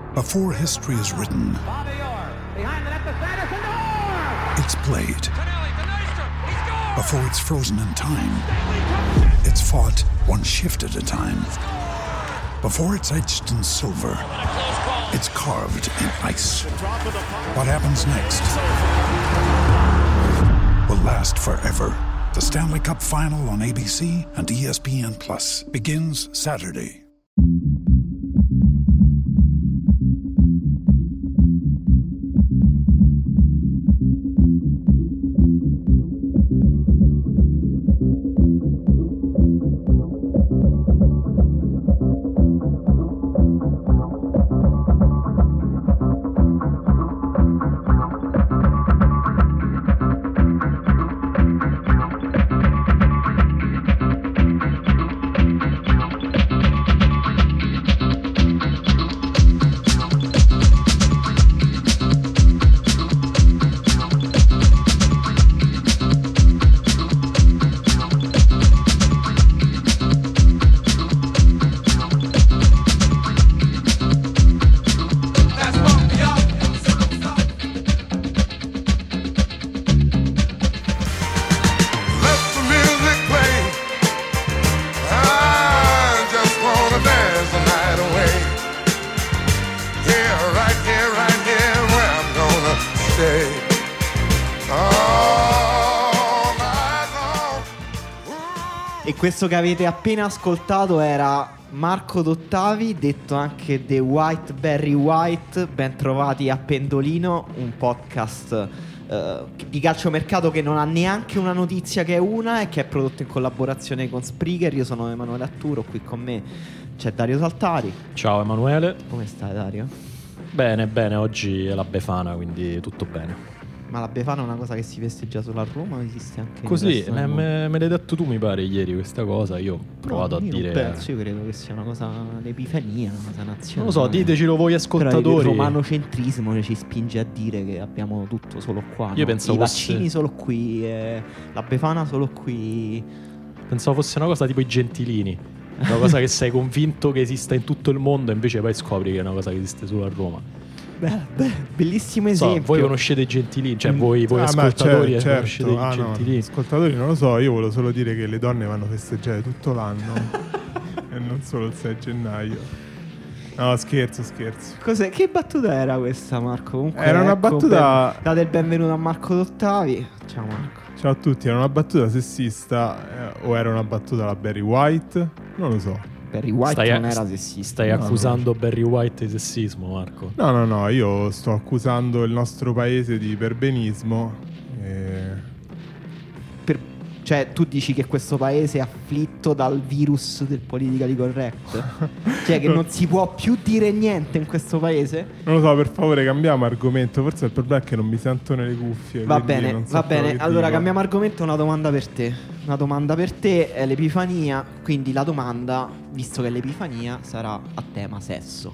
Before history is written, it's played. Before it's frozen in time, it's fought one shift at a time. Before it's etched in silver, it's carved in ice. What happens next will last forever. The Stanley Cup Final on ABC and ESPN Plus begins Saturday. Questo che avete appena ascoltato era Marco Dottavi, detto anche The White Barry White. Ben trovati a Pendolino, un podcast di calciomercato che non ha neanche una notizia che è una e che è prodotto in collaborazione con Spreaker. Io sono Emanuele Atturo, qui con me c'è Dario Saltari. Ciao Emanuele. Come stai, Dario? Bene, bene, oggi è la Befana, quindi tutto bene. Ma la Befana è una cosa che si festeggia solo a Roma o esiste anche così? Me l'hai detto tu, mi pare, ieri questa cosa. Io ho provato a dire. Penso, io credo che sia una cosa, l'epifania, una cosa nazionale. Non lo so, ditecelo voi ascoltatori. Però il romanocentrismo ci spinge a dire che abbiamo tutto solo qua. Io pensavo i vaccini solo qui, la Befana solo qui. Pensavo fosse una cosa tipo i Gentilini. Una cosa che sei convinto che esista in tutto il mondo e invece poi scopri che è una cosa che esiste solo a Roma. Beh, bellissimo esempio. Voi conoscete i Gentilini, cioè voi ascoltatori conoscete i Gentilini. No, ascoltatori non lo so, io volevo solo dire che le donne vanno a festeggiare tutto l'anno e non solo il 6 gennaio. No, scherzo. Cos'è? Che battuta era questa, Marco? Comunque, era una battuta. Date il benvenuto a Marco Dottavi. Ciao Marco. Ciao a tutti, era una battuta sessista o era una battuta alla Barry White? Non lo so. Barry White non era sessista. Stai accusando Barry White di sessismo, Marco? No, io sto accusando il nostro paese di perbenismo. Cioè, tu dici che questo paese è afflitto dal virus del politically correct? Cioè, che non si può più dire niente in questo paese? Non lo so, per favore cambiamo argomento. Forse il problema è che non mi sento nelle cuffie. Va bene. Allora, cambiamo argomento. Una domanda per te è l'Epifania. Quindi la domanda, visto che l'Epifania sarà a tema sesso.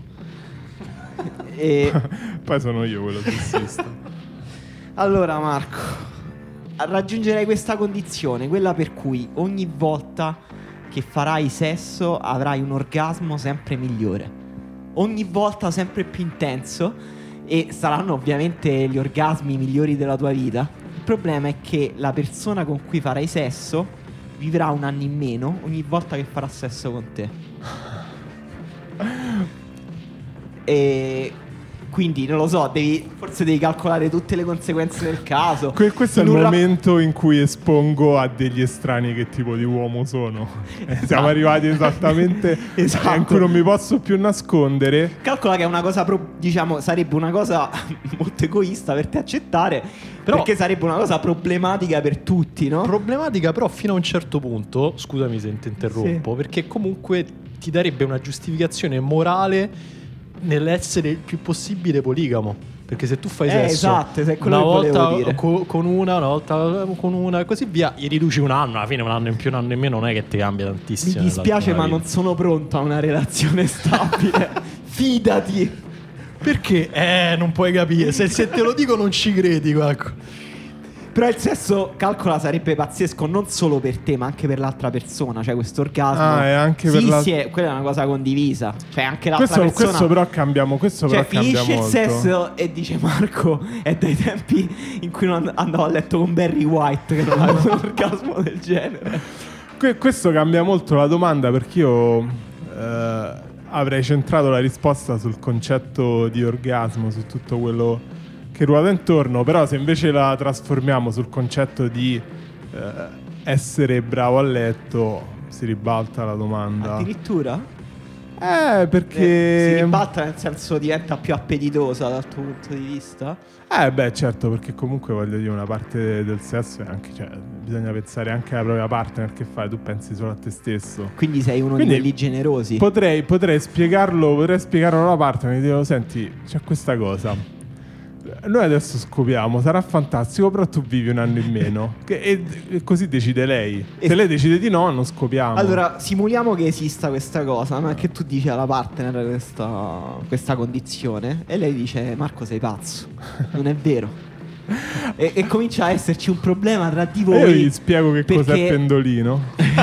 Poi sono io quello sessista. Allora, Marco, raggiungerai questa condizione, quella per cui ogni volta che farai sesso avrai un orgasmo sempre migliore, ogni volta sempre più intenso, e saranno ovviamente gli orgasmi migliori della tua vita. Il problema è che la persona con cui farai sesso vivrà un anno in meno ogni volta che farà sesso con te. E quindi non lo so, forse devi calcolare tutte le conseguenze del caso. Questo è il momento in cui espongo a degli estranei che tipo di uomo sono. Esatto. Siamo arrivati esattamente esatto. In cui non mi posso più nascondere. Calcola che è una cosa, diciamo, sarebbe una cosa molto egoista per te accettare, però, perché sarebbe una cosa problematica per tutti, no? Problematica però fino a un certo punto, scusami se ti interrompo, sì. Perché comunque ti darebbe una giustificazione morale nell'essere il più possibile poligamo. Perché se tu fai sesso esatto, una volta con una volta con una e così via, gli riduci un anno, alla fine un anno in più, un anno in meno non è che ti cambia tantissimo. Mi dispiace ma non sono pronto a una relazione stabile. Fidati. Perché? Non puoi capire. Se te lo dico non ci credi, Marco. Però il sesso, calcola, sarebbe pazzesco non solo per te, ma anche per l'altra persona. Cioè, questo orgasmo. E anche sì, per sì, quella è una cosa condivisa. Cioè, anche l'altra persona. Questo però cambiamo. Questo cioè, però cambia finisce molto. il sesso e dice Marco: è dai tempi in cui non andavo a letto con Barry White che non avevo un orgasmo del genere. Questo cambia molto la domanda, perché io avrei centrato la risposta sul concetto di orgasmo, su tutto quello che ruota intorno. Però se invece la trasformiamo sul concetto di essere bravo a letto, si ribalta la domanda. Addirittura? Perché si ribalta, nel senso diventa più appetitosa dal tuo punto di vista? Certo, perché comunque voglio dire, una parte del sesso è anche, cioè, bisogna pensare anche alla propria partner. Che fai? Tu pensi solo a te stesso. Quindi sei uno di quelli generosi. Potrei spiegarlo alla partner. Mi dico: senti, c'è questa cosa, noi adesso scopiamo, sarà fantastico, però tu vivi un anno in meno. E così decide lei. Se lei decide di no, non scopiamo. Allora, simuliamo che esista questa cosa, ma che tu dici alla partner questa condizione, e lei dice: Marco, sei pazzo, non è vero. e comincia a esserci un problema tra di voi. Io gli spiego che cos'è pendolino.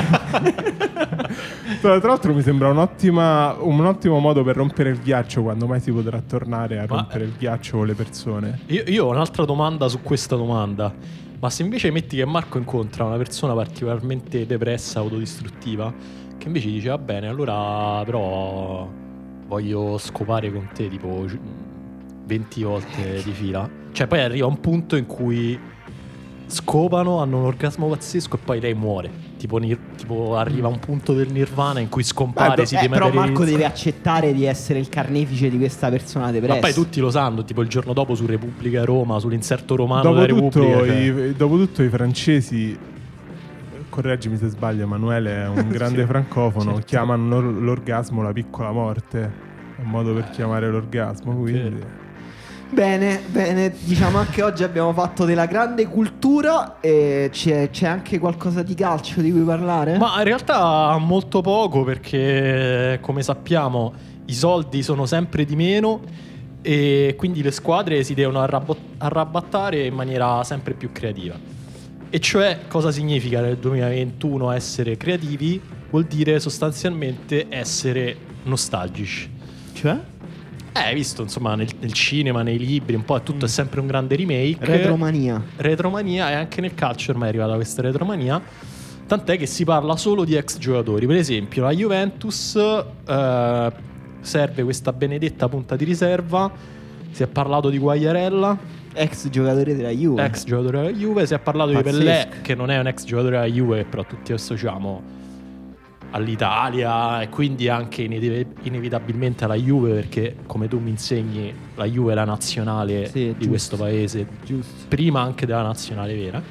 Tra l'altro mi sembra un ottimo modo per rompere il ghiaccio, quando mai si potrà tornare a rompere il ghiaccio con le persone. Io ho un'altra domanda su questa domanda. Ma se invece metti che Marco incontra una persona particolarmente depressa, autodistruttiva, che invece dice: va bene, allora però voglio scopare con te tipo 20 volte di fila. Cioè poi arriva un punto in cui scopano, hanno un orgasmo pazzesco e poi lei muore. Tipo arriva un punto del nirvana in cui scompare, si dematerializza. Però Marco deve accettare di essere il carnefice di questa persona depressa. Ma poi tutti lo sanno, tipo il giorno dopo su Repubblica Roma, sull'inserto romano della Repubblica. Dopotutto i francesi, correggimi se sbaglio, Emanuele è un grande francofono, certo. Chiamano l'orgasmo la piccola morte. È un modo per chiamare l'orgasmo, quindi... Bene, diciamo anche oggi abbiamo fatto della grande cultura e c'è anche qualcosa di calcio di cui parlare? Ma in realtà molto poco, perché come sappiamo i soldi sono sempre di meno e quindi le squadre si devono arrabattare in maniera sempre più creativa. E cioè, cosa significa nel 2021 essere creativi? Vuol dire sostanzialmente essere nostalgici. Cioè? Hai visto, insomma, nel cinema, nei libri, un po' è tutto è sempre un grande remake. Retromania, e anche nel calcio ormai è arrivata questa retromania. Tant'è che si parla solo di ex giocatori. Per esempio, la Juventus serve questa benedetta punta di riserva. Si è parlato di Quagliarella, ex giocatore della Juve. Si è parlato di Pellè, che non è un ex giocatore della Juve, però tutti associamo all'Italia e quindi anche inevitabilmente alla Juve, perché come tu mi insegni la Juve è la nazionale di questo paese, prima anche della nazionale vera.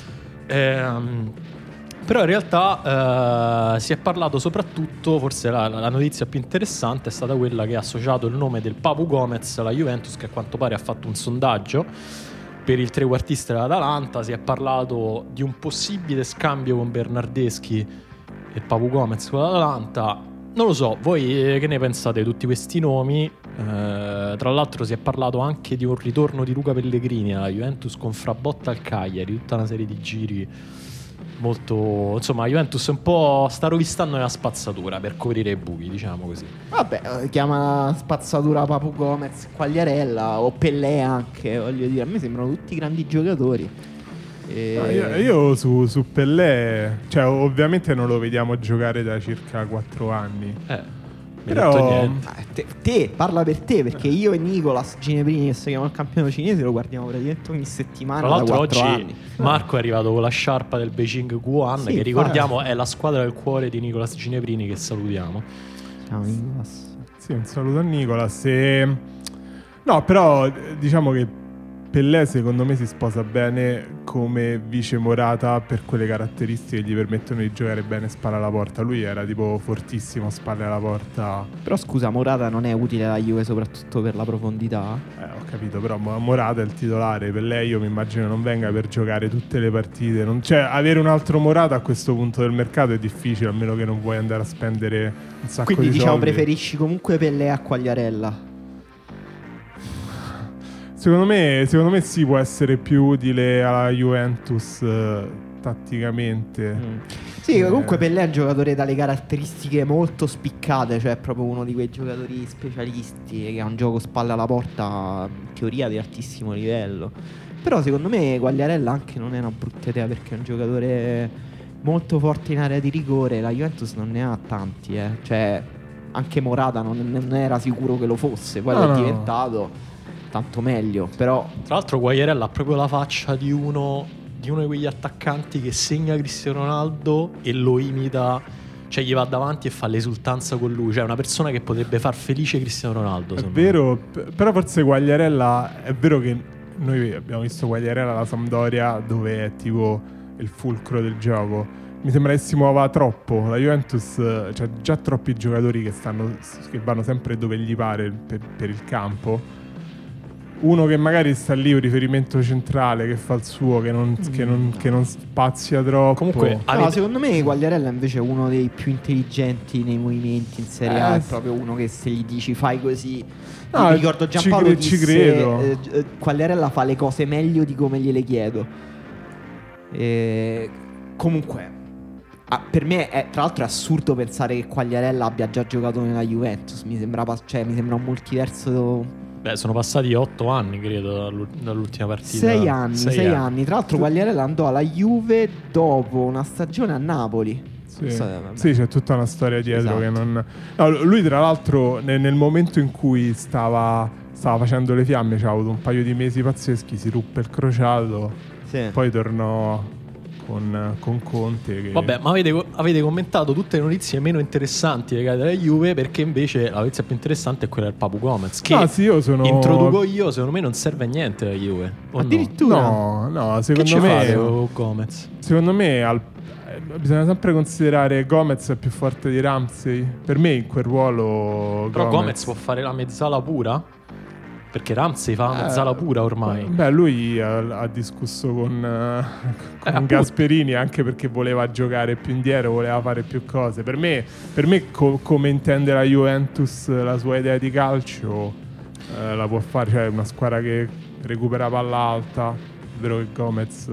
Però in realtà si è parlato soprattutto, forse la notizia più interessante è stata quella che ha associato il nome del Papu Gomez alla Juventus, che a quanto pare ha fatto un sondaggio per il trequartista dell'Atalanta. Si è parlato di un possibile scambio con Bernardeschi e Papu Gomez con l'Atalanta. Non lo so, voi che ne pensate di tutti questi nomi? Tra l'altro si è parlato anche di un ritorno di Luca Pellegrini alla Juventus con Frabotta al Cagliari, tutta una serie di giri molto... Insomma, la Juventus un po' sta rovistando nella spazzatura per coprire i buchi, diciamo così. Vabbè, chiama spazzatura Papu Gomez, Quagliarella o Pellè anche, voglio dire. A me sembrano tutti grandi giocatori. Io su Pellè, cioè ovviamente non lo vediamo giocare da circa 4 anni. Però te parla per te, perché io e Nicolas Gineprini, che si chiama il campione cinese, lo guardiamo praticamente ogni settimana. Tra l'altro da 4 oggi anni. Marco è arrivato con la sciarpa del Beijing Guoan, che ricordiamo è la squadra del cuore di Nicolas Gineprini, che salutiamo. Ciao Nicolas. Sì, un saluto a Nicolas. No, però diciamo che Pellè secondo me si sposa bene come vice Morata per quelle caratteristiche che gli permettono di giocare bene spalle alla porta. Lui era tipo fortissimo spalle alla porta. Però scusa, Morata non è utile alla Juve soprattutto per la profondità? Ho capito, però Morata è il titolare. Pellè io mi immagino non venga per giocare tutte le partite. Cioè avere un altro Morata a questo punto del mercato è difficile, a meno che non vuoi andare a spendere un sacco Quindi, di soldi. Quindi preferisci comunque Pellè a Quagliarella? Secondo me sì, può essere più utile alla Juventus tatticamente. Sì, comunque Pellè è un giocatore dalle caratteristiche molto spiccate, cioè è proprio uno di quei giocatori specialisti che ha un gioco spalle alla porta in teoria di altissimo livello. Però secondo me Quagliarella anche non è una brutta idea, perché è un giocatore molto forte in area di rigore. La Juventus non ne ha tanti, cioè anche Morata non era sicuro che lo fosse, poi lo è diventato, tanto meglio. Però tra l'altro Quagliarella ha proprio la faccia di uno di quegli attaccanti che segna Cristiano Ronaldo e lo imita, cioè gli va davanti e fa l'esultanza con lui, cioè una persona che potrebbe far felice Cristiano Ronaldo. È vero, però forse Quagliarella, è vero che noi abbiamo visto Quagliarella alla Sampdoria, dove è tipo il fulcro del gioco. Mi sembra che si muova troppo. La Juventus c'ha già troppi giocatori che vanno sempre dove gli pare per il campo. Uno che magari sta lì, un riferimento centrale che fa il suo, che non spazia troppo. Comunque, secondo me Quagliarella invece è uno dei più intelligenti nei movimenti in Serie A. È proprio uno che se gli dici fai così. Mi ricordo Giampaolo ci credo. Quagliarella fa le cose meglio di come gliele chiedo. Comunque per me tra l'altro è assurdo pensare che Quagliarella abbia già giocato nella Juventus. Mi sembra un multiverso. Beh, sono passati 8 anni, credo, dall'ultima partita. 6 anni. Tra l'altro Quagliarella andò alla Juve dopo una stagione a Napoli. Sì, c'è tutta una storia dietro, esatto. Che non... No, lui tra l'altro nel momento in cui stava facendo le fiamme, c'ha avuto un paio di mesi pazzeschi, si ruppe il crociato, poi tornò con Conte che... Vabbè, ma avete commentato tutte le notizie meno interessanti legate alla Juve, perché invece la notizia più interessante è quella del Papu Gomez, che introduco io, secondo me non serve a niente la Juve. Addirittura? No, secondo me Gomez? Secondo me bisogna sempre considerare Gomez è più forte di Ramsey. Per me in quel ruolo però Gomez può fare la mezzala pura? Perché Ramsey fa la mezzala pura ormai. Beh, lui ha discusso con Gasperini anche perché voleva giocare più indietro, voleva fare più cose. Per me come intende la Juventus la sua idea di calcio, la può fare. Cioè una squadra che recupera palla alta. È vero che Gomez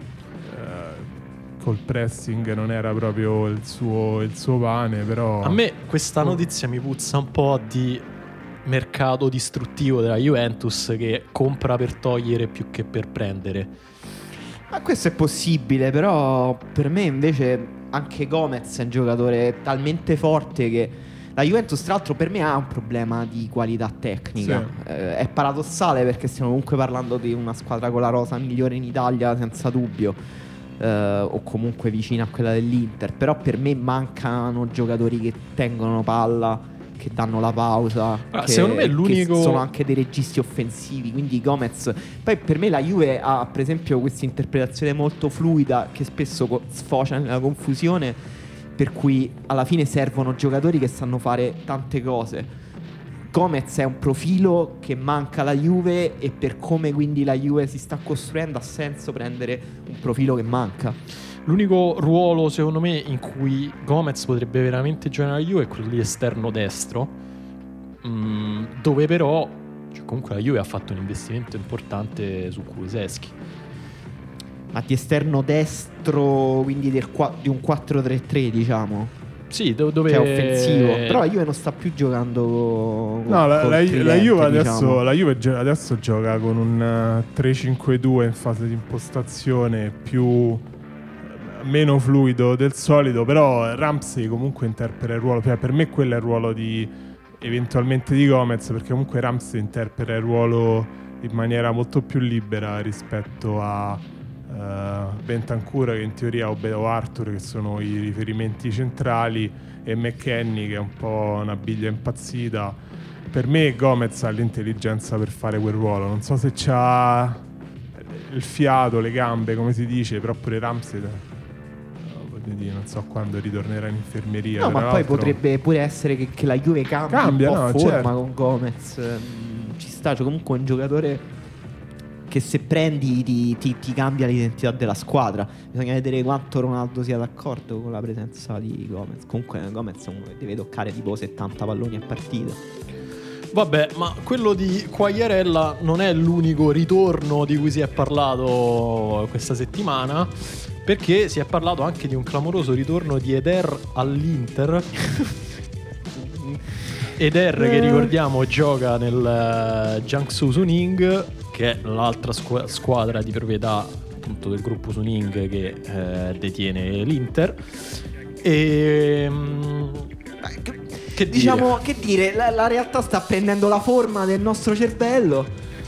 col pressing non era proprio il suo pane, però... A me questa notizia mi puzza un po' di mercato distruttivo della Juventus, che compra per togliere più che per prendere. Ma questo è possibile, però per me invece anche Gomez è un giocatore talmente forte che la Juventus, tra l'altro, per me ha un problema di qualità tecnica. È paradossale, perché stiamo comunque parlando di una squadra con la rosa migliore in Italia senza dubbio, o comunque vicina a quella dell'Inter. Però per me mancano giocatori che tengono palla, che danno la pausa, secondo me l'unico... che sono anche dei registi offensivi. Quindi Gomez, poi per me la Juve ha per esempio questa interpretazione molto fluida che spesso sfocia nella confusione, per cui alla fine servono giocatori che sanno fare tante cose. Gomez è un profilo che manca alla Juve, e per come quindi la Juve si sta costruendo ha senso prendere un profilo che manca. L'unico ruolo, secondo me, in cui Gomez potrebbe veramente giocare alla Juve è quello di esterno destro, dove però comunque la Juve ha fatto un investimento importante su Kulusevski. Ma di esterno destro, quindi di un 4-3-3, diciamo? Sì, dove è offensivo. Però la Juve non sta più giocando la Juve diciamo. La Juve adesso gioca con un 3-5-2 in fase di impostazione, meno fluido del solito. Però Ramsey comunque interpreta il ruolo, per me quello è il ruolo eventualmente di Gomez, perché comunque Ramsey interpreta il ruolo in maniera molto più libera rispetto a Bentancur, che in teoria, o Arthur, che sono i riferimenti centrali, e McKennie, che è un po' una biglia impazzita. Per me Gomez ha l'intelligenza per fare quel ruolo, non so se c'ha il fiato, le gambe, come si dice, però pure Ramsey non so quando ritornerà in infermeria. No, ma poi potrebbe pure essere che la Juve cambia un po' forma, con Gomez. Ci sta, cioè comunque è un giocatore che se prendi ti cambia l'identità della squadra. Bisogna vedere quanto Ronaldo sia d'accordo con la presenza di Gomez. Comunque Gomez è uno che deve toccare tipo 70 palloni a partita. Vabbè, ma quello di Quagliarella non è l'unico ritorno di cui si è parlato questa settimana, perché si è parlato anche di un clamoroso ritorno di Eder all'Inter. Eder che ricordiamo gioca nel Jiangsu Suning, che è l'altra squadra di proprietà appunto del gruppo Suning che detiene l'Inter. E che dire, la realtà sta prendendo la forma del nostro cervello.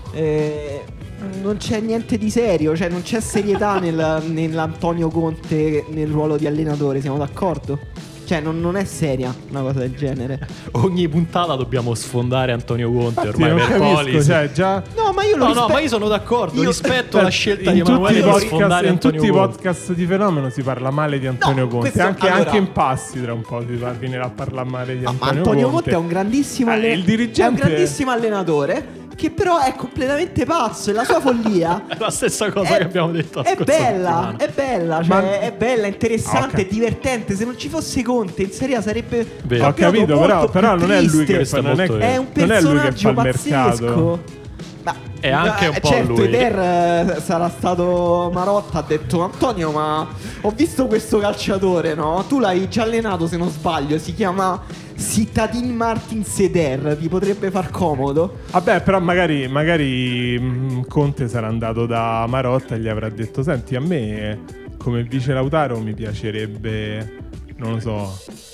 Non c'è niente di serio, cioè non c'è serietà nell'Antonio Conte nel ruolo di allenatore, siamo d'accordo? Cioè non è seria una cosa del genere. Ogni puntata dobbiamo sfondare Antonio Conte. Infatti, ormai non per capisco, policy. cioè, già... No, ma io lo No, ma io sono d'accordo. Rispetto la scelta in di Emanuele di tutti sfondare in Antonio tutti i Conte. podcast di Fenomeno si parla male di Antonio No, Conte. questo- allora- Anche in passi tra un po' si finirà a parlare male di Ma Antonio, Antonio Conte è un grandissimo il dirigente è un grandissimo allenatore che però è completamente pazzo e la sua follia È la stessa cosa che abbiamo detto la è scorsa bella, settimana. è bella, cioè Ma- è bella, interessante, Ok. è divertente. Se non ci fosse Conte in Serie A sarebbe Vero. Ho campionato capito, molto però più non è lui triste. che Questo fa, è non è, molto vero. È un non è lui che personaggio fa il mercato. pazzesco. Ma È anche un po' certo, lui. Eder sarà stato Marotta, ha detto: Antonio, ma ho visto questo calciatore, no? Tu l'hai già allenato, se non sbaglio, si chiama Cittadin Martin Seder, ti potrebbe far comodo. Vabbè, però magari Conte sarà andato da Marotta e gli avrà detto: senti, a me come vice Lautaro mi piacerebbe, non lo so,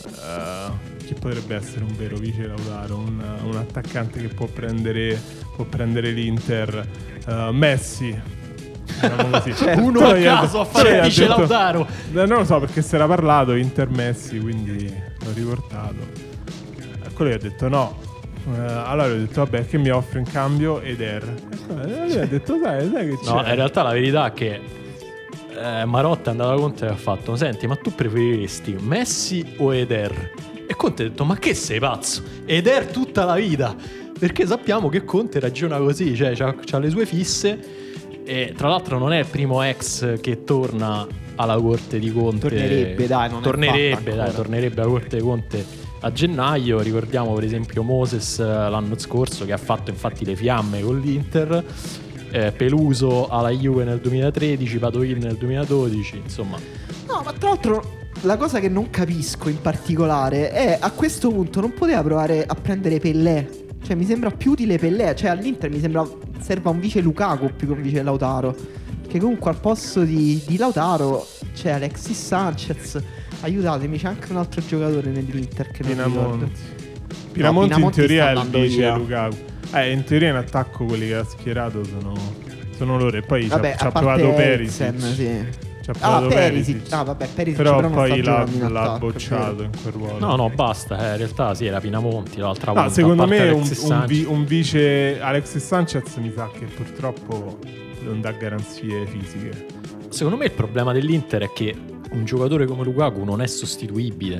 chi potrebbe essere un vero vice Lautaro, un attaccante che può prendere l'Inter, Messi, diciamo così. Uno Però a gli ha caso de- a fare gli il ha vice detto- Lautaro. Non lo so, perché si era parlato Inter Messi, quindi l'ho riportato. Quello gli ha detto no. Allora gli ho detto vabbè, che mi offre in cambio Eder. E lui ha detto sai che c'è. No, in realtà la verità è che Marotta è andato da Conte e ha fatto: senti, ma tu preferiresti Messi o Eder? E Conte ha detto: ma che sei pazzo? Eder tutta la vita. Perché sappiamo che Conte ragiona così, cioè c'ha le sue fisse. E tra l'altro non è il primo ex che torna alla corte di Conte. Tornerebbe, dai, non è fatta ancora. tornerebbe alla corte di Conte a gennaio. Ricordiamo per esempio Moses l'anno scorso, che ha fatto infatti le fiamme con l'Inter, Peluso alla Juve nel 2013, Padoin nel 2012, insomma. No, ma tra l'altro la cosa che non capisco in particolare è a questo punto non poteva provare a prendere Pellè. Cioè mi sembra più utile Pellè. Cioè all'Inter mi sembra serva un vice Lukaku più che un vice Lautaro. Che comunque al posto di Lautaro c'è Alexis Sanchez. Aiutatemi, c'è anche un altro giocatore nell'Inter che non ricordo. Pinamonti in Pinamonti teoria sta è il andando vice via. Lukaku. In teoria in attacco quelli che ha schierato sono loro. E poi Vabbè, ci ha a parte provato Eriksen, Perisic. sì. Ci ha provato Perisic. Ah, vabbè, Perisic Però non poi sta l'ha giocando in attacco, è bocciato vero. in quel ruolo. No, basta, in realtà sì, era Pinamonti l'altra No, volta. secondo a parte me Alexis Sanchez. un vice Alexis Sanchez mi sa che purtroppo non dà garanzie fisiche. Secondo me il problema dell'Inter è che un giocatore come Lukaku non è sostituibile,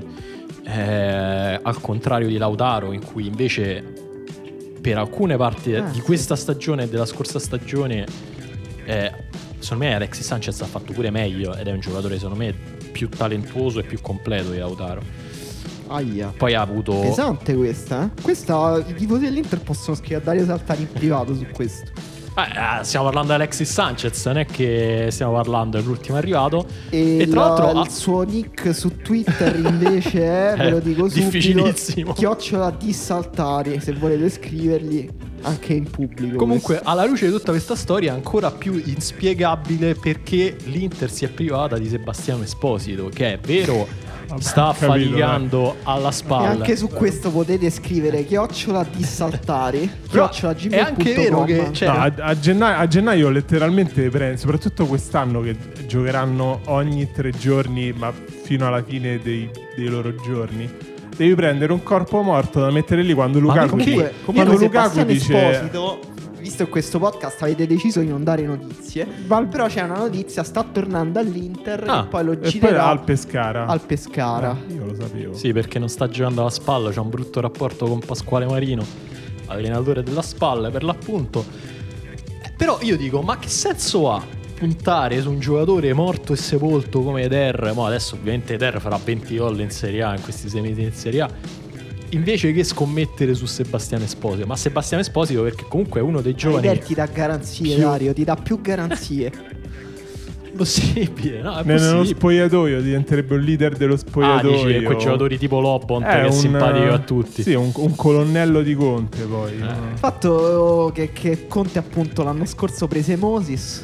al contrario di Lautaro, in cui invece per alcune parti di questa stagione e della scorsa stagione secondo me Alexis Sanchez ha fatto pure meglio ed è un giocatore secondo me più talentuoso e più completo di Lautaro. Aia. Poi ha avuto Pesante questa, eh? Questa i tifosi dell'Inter possono scrivere a Dario Saltari in privato su questo. stiamo parlando di Alexis Sanchez, non è che stiamo parlando dell'ultimo arrivato. E tra l'altro il suo nick su Twitter invece è, ve lo dico subito, difficilissimo. @dissaltari, se volete scrivergli anche in pubblico. Comunque, alla luce di tutta questa storia è ancora più inspiegabile perché l'Inter si è privata di Sebastiano Esposito, che è vero sta capito, faticando alla e spalla. anche su questo potete scrivere @dissaltari. Però è anche vero che cioè, No, a gennaio letteralmente soprattutto quest'anno che giocheranno ogni 3 giorni, ma fino alla fine dei loro giorni, devi prendere un corpo morto da mettere lì quando Lukaku Comunque quando Lukaku Sebastiano dice Esposito, visto che questo podcast avete deciso di non dare notizie, però c'è una notizia, sta tornando all'Inter e poi lo e poi girerà al Pescara. Io lo sapevo. sì, perché non sta giocando alla spalla, c'ha un brutto rapporto con Pasquale Marino, allenatore della spalla per l'appunto. Però io dico, ma che senso ha puntare su un giocatore morto e sepolto come Eder? Adesso ovviamente Eder farà 20 gol in Serie A in questi 6 mesi in Serie A, invece che scommettere su Sebastiano Esposito. Ma Sebastiano Esposito perché comunque è uno dei giovani Ti dà garanzie, Dario, ti dà più garanzie. possibile, no? È Nello possibile. spogliatoio diventerebbe un leader dello spogliatoio. Dici, quei giocatori tipo Lobont che è simpatico a tutti. Sì, un colonnello di Conte poi. Il fatto che Conte appunto l'anno scorso prese Moses,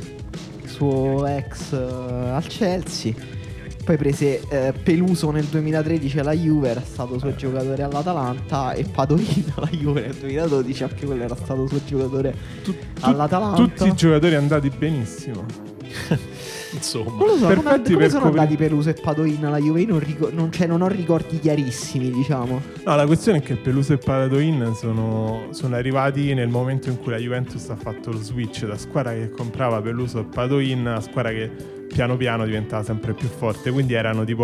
suo ex al Chelsea, poi prese Peluso nel 2013 alla Juve, era stato suo giocatore all'Atalanta, e Padoin alla Juve nel 2012, anche quello era stato suo giocatore all'Atalanta. Tutti i giocatori andati benissimo. Insomma, Non lo so, Perfetti come per sono coprire- andati Peluso e Padoin alla Juve? Io non ho ricordi chiarissimi, diciamo. No, la questione è che Peluso e Padoin sono arrivati nel momento in cui la Juventus ha fatto lo switch da squadra che comprava Peluso e Padoin a squadra che piano piano diventava sempre più forte. Quindi erano tipo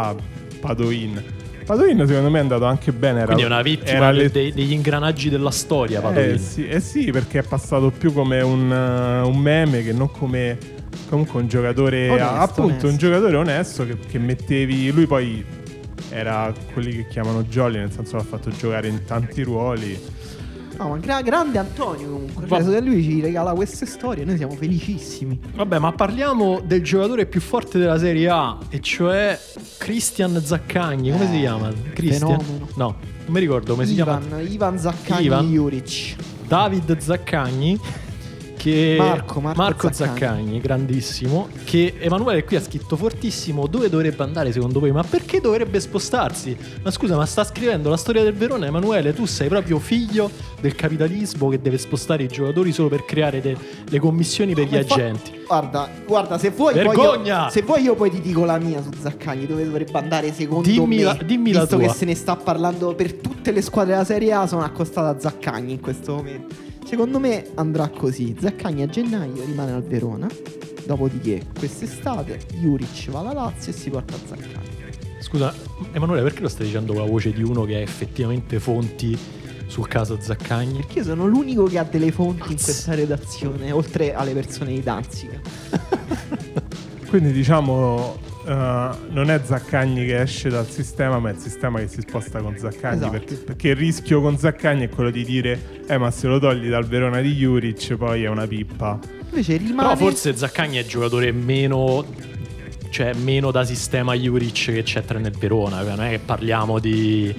Padoin. Padoin secondo me è andato anche bene. quindi è una vittima degli ingranaggi della storia, Padoin. Sì, perché è passato più come un meme che non come comunque un giocatore Onesto. un giocatore onesto che mettevi. Lui poi era quelli che chiamano jolly, nel senso l'ha fatto giocare in tanti ruoli. No, ma grande Antonio comunque. Va- Cioè, se lui ci regala queste storie, noi siamo felicissimi. Vabbè, ma parliamo del giocatore più forte della Serie A, e cioè Christian Zaccagni. Come si chiama? Christian? fenomeno. No, non mi ricordo come si chiama. Ivan Zaccagni Ivan? Juric. David Zaccagni. Che Marco Zaccagni, grandissimo. Che Emanuele qui ha scritto fortissimo. Dove dovrebbe andare secondo voi? Ma perché dovrebbe spostarsi? Ma scusa, ma sta scrivendo la storia del Verona, Emanuele? Tu sei proprio figlio del capitalismo che deve spostare i giocatori solo per creare le commissioni per gli agenti. Guarda, se vuoi Vergogna! io poi ti dico la mia su Zaccagni, dove dovrebbe andare secondo Dimmi me. la visto tua. che se ne sta parlando per tutte le squadre della Serie A, sono accostate a Zaccagni in questo momento. Secondo me andrà così. Zaccagni a gennaio rimane al Verona. Dopodiché quest'estate Juric va alla Lazio e si porta a Zaccagni. Scusa, Emanuele, perché lo stai dicendo con la voce di uno che ha effettivamente fonti sul caso Zaccagni? Perché io sono l'unico che ha delle fonti in questa redazione, oltre alle persone di Danzica. Quindi diciamo non è Zaccagni che esce dal sistema, ma è il sistema che si sposta con Zaccagni. Esatto. Perché il rischio con Zaccagni è quello di dire ma se lo togli dal Verona di Juric poi è una pippa. Invece rimane. Però forse Zaccagni è il giocatore meno da sistema Juric che c'è nel Verona. Non è che parliamo di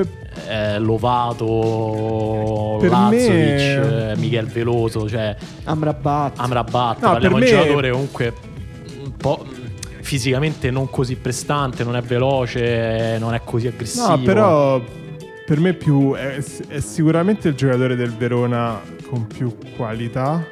Lovato, Per Lazovic, Michel Veloso, cioè Amrabat. No, parliamo per di un me- giocatore comunque un po' fisicamente non così prestante, non è veloce, non è così aggressivo. No, però per me è sicuramente il giocatore del Verona con più qualità.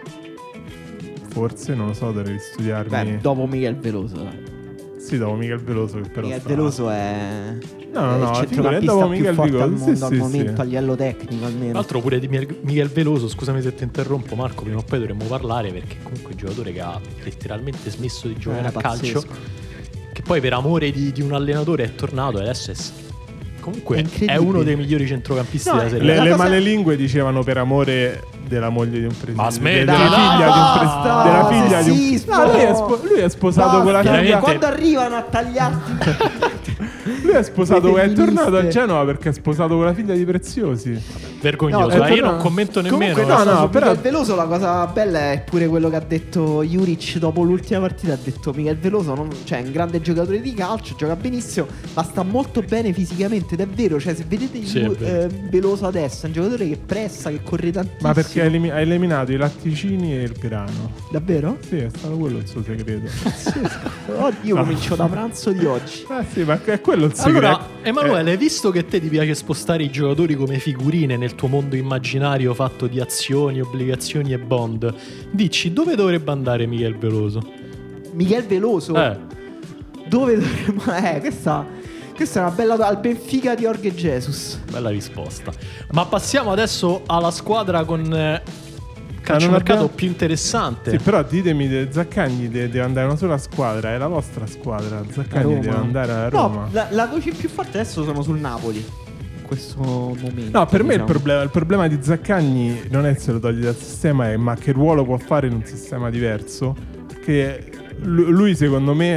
Forse, non lo so, dovrei studiarmi. Beh, dopo Michel Veloso, dai. Sì, dopo Michel Veloso che però Michel sta- Veloso è No, il figurati, centrocampista dopo più Michel forte al Veloso, mondo sì, al sì, momento, sì. a livello tecnico Tra almeno. l'altro pure di Michel Veloso, scusami se ti interrompo Marco, prima o poi dovremmo parlare, perché comunque è un giocatore che ha letteralmente smesso di giocare a calcio, pazzesco. che poi per amore di un allenatore è tornato e adesso comunque È è incredibile. uno dei migliori centrocampisti No, della Serie A. La Le cosa- malelingue dicevano per amore della moglie di un presidente. Ma smetti, della dai, figlia di un basta, della figlia di un sessismo. No, lui è sposato con la Basta, Veramente- figlia. quando arrivano a tagliarti Lui è sposato, Le è tornato a femministe. Genova perché è sposato con la figlia di Preziosi. Vergognoso, No, io però- non commento nemmeno. Comunque no, su però- Michel Veloso la cosa bella è pure quello che ha detto Juric dopo l'ultima partita. Ha detto Michel Veloso cioè, è un grande giocatore di calcio, gioca benissimo, ma sta molto bene fisicamente ed è vero, cioè se vedete Sì, è vero. Veloso adesso è un giocatore che pressa, che corre tantissimo. Ma perché ha eliminato i latticini e il grano. Davvero? Sì, è stato quello il suo segreto. Io comincio da pranzo di oggi. Sì, ma è quello il segreto. Allora, Emanuele, visto che a te ti piace spostare i giocatori come figurine nel tuo mondo immaginario fatto di azioni, obbligazioni e bond, dici dove dovrebbe andare Michel Veloso? Michel Veloso? Dove dovremmo... questa è una bella... Al Benfica di Jorge Jesus. Bella risposta. Ma passiamo adesso alla squadra con non calciomercato abbiamo- più interessante. Sì, però ditemi, Zaccagni deve andare una sola squadra, è la vostra squadra. Zaccagni Roma. deve andare a Roma. No, la voce più forte adesso sono sul Napoli. In questo momento. No, per me diciamo. il problema di Zaccagni non è se lo togli dal sistema, ma che ruolo può fare in un sistema diverso. Che lui secondo me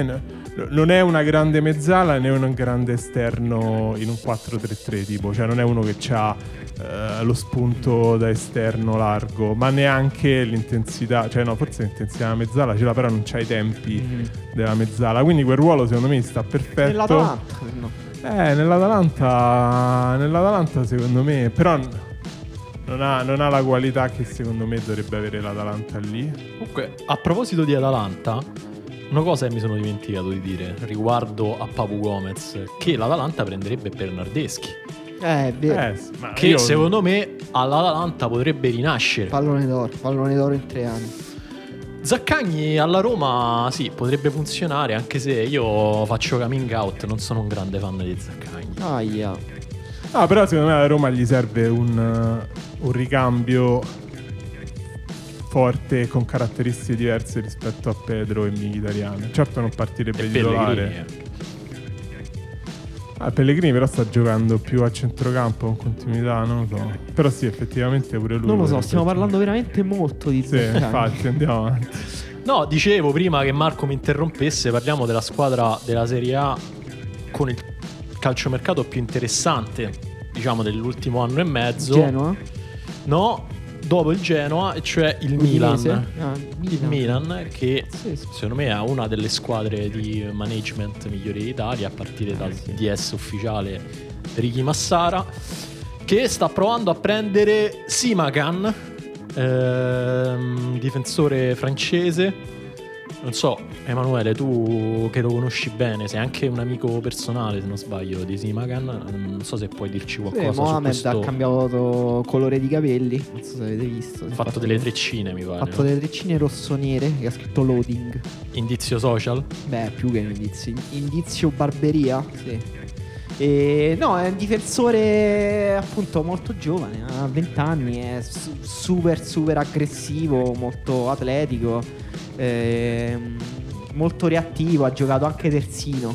non è una grande mezzala né un grande esterno in un 4-3-3 tipo, cioè non è uno che ha lo spunto da esterno largo, ma neanche l'intensità, cioè no, forse l'intensità della mezzala ce l'ha, però non c'ha i tempi della mezzala, quindi quel ruolo secondo me sta perfetto. Nell'Atalanta, no. Nell'Atalanta secondo me, però non ha la qualità che secondo me dovrebbe avere l'Atalanta lì. Comunque, a proposito di Atalanta, una cosa che mi sono dimenticato di dire riguardo a Papu Gomez, che l'Atalanta prenderebbe Bernardeschi, È vero. Sì, ma che secondo me all'Atalanta potrebbe rinascere. Pallone d'oro in 3 anni. Zaccagni alla Roma sì, potrebbe funzionare, anche se io faccio coming out, non sono un grande fan di Zaccagni. Aia. Però secondo me alla Roma gli serve un ricambio forte con caratteristiche diverse rispetto a Pedro e Mkhitaryan. Certo non partirebbe di titolare. Pellegrini però sta giocando più a centrocampo con continuità, non lo so. Però sì, effettivamente pure lui. Non lo so, stiamo parlando veramente molto di Zaccagni. Sì, infatti, andiamo avanti. No, dicevo prima che Marco mi interrompesse, parliamo della squadra della Serie A con il calciomercato più interessante, diciamo, dell'ultimo anno e mezzo. Genoa? No, dopo il Genoa, cioè il Milan. Il Milan che sì. secondo me ha una delle squadre di management migliori d'Italia, a partire dal DS ufficiale Ricky Massara, che sta provando a prendere Simakan, difensore francese. Non so, Emanuele, tu che lo conosci bene, sei anche un amico personale, se non sbaglio, di Simakan. Non so se puoi dirci qualcosa su Mohamed questo. ha cambiato colore di capelli, non so se avete visto. Ha fatto delle treccine, mi pare. Ha fatto delle treccine rosso-nere che ha scritto loading. Indizio social? Beh, più che un indizio. Indizio barberia, sì. E no, è un difensore appunto molto giovane, ha 20 anni, è super aggressivo, molto atletico, molto reattivo, ha giocato anche terzino.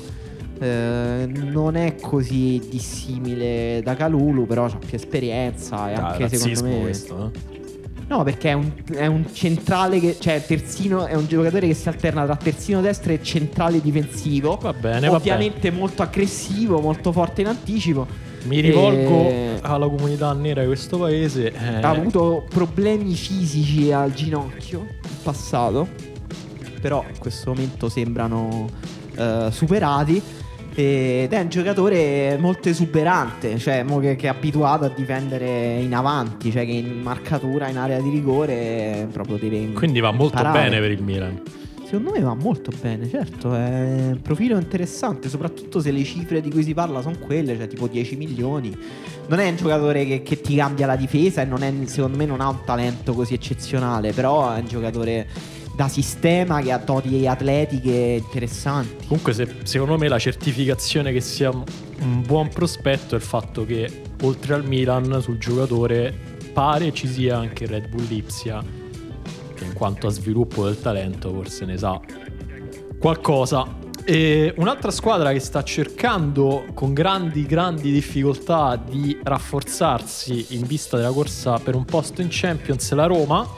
Non è così dissimile da Kalulu, però ha più esperienza e anche secondo me questo, no? No, perché è un centrale che, cioè terzino, è un giocatore che si alterna tra terzino destro e centrale difensivo. Va bene, ovviamente molto aggressivo, molto forte in anticipo. Mi rivolgo alla comunità nera di questo paese. Ha avuto problemi fisici al ginocchio in passato, però in questo momento sembrano superati. Ed è un giocatore molto esuberante, cioè che è abituato a difendere in avanti, cioè che in marcatura, in area di rigore proprio deve. Quindi va molto imparare. bene per il Milan. Secondo me va molto bene, certo, è un profilo interessante, soprattutto se le cifre di cui si parla sono quelle, cioè tipo 10 milioni. Non è un giocatore che ti cambia la difesa e secondo me non ha un talento così eccezionale, però è un giocatore da sistema che ha doti atletiche interessanti. Comunque secondo me la certificazione che sia un buon prospetto è il fatto che oltre al Milan sul giocatore pare ci sia anche il Red Bull Lipsia, che in quanto a sviluppo del talento forse ne sa qualcosa. E un'altra squadra che sta cercando con grandi difficoltà di rafforzarsi in vista della corsa per un posto in Champions è la Roma,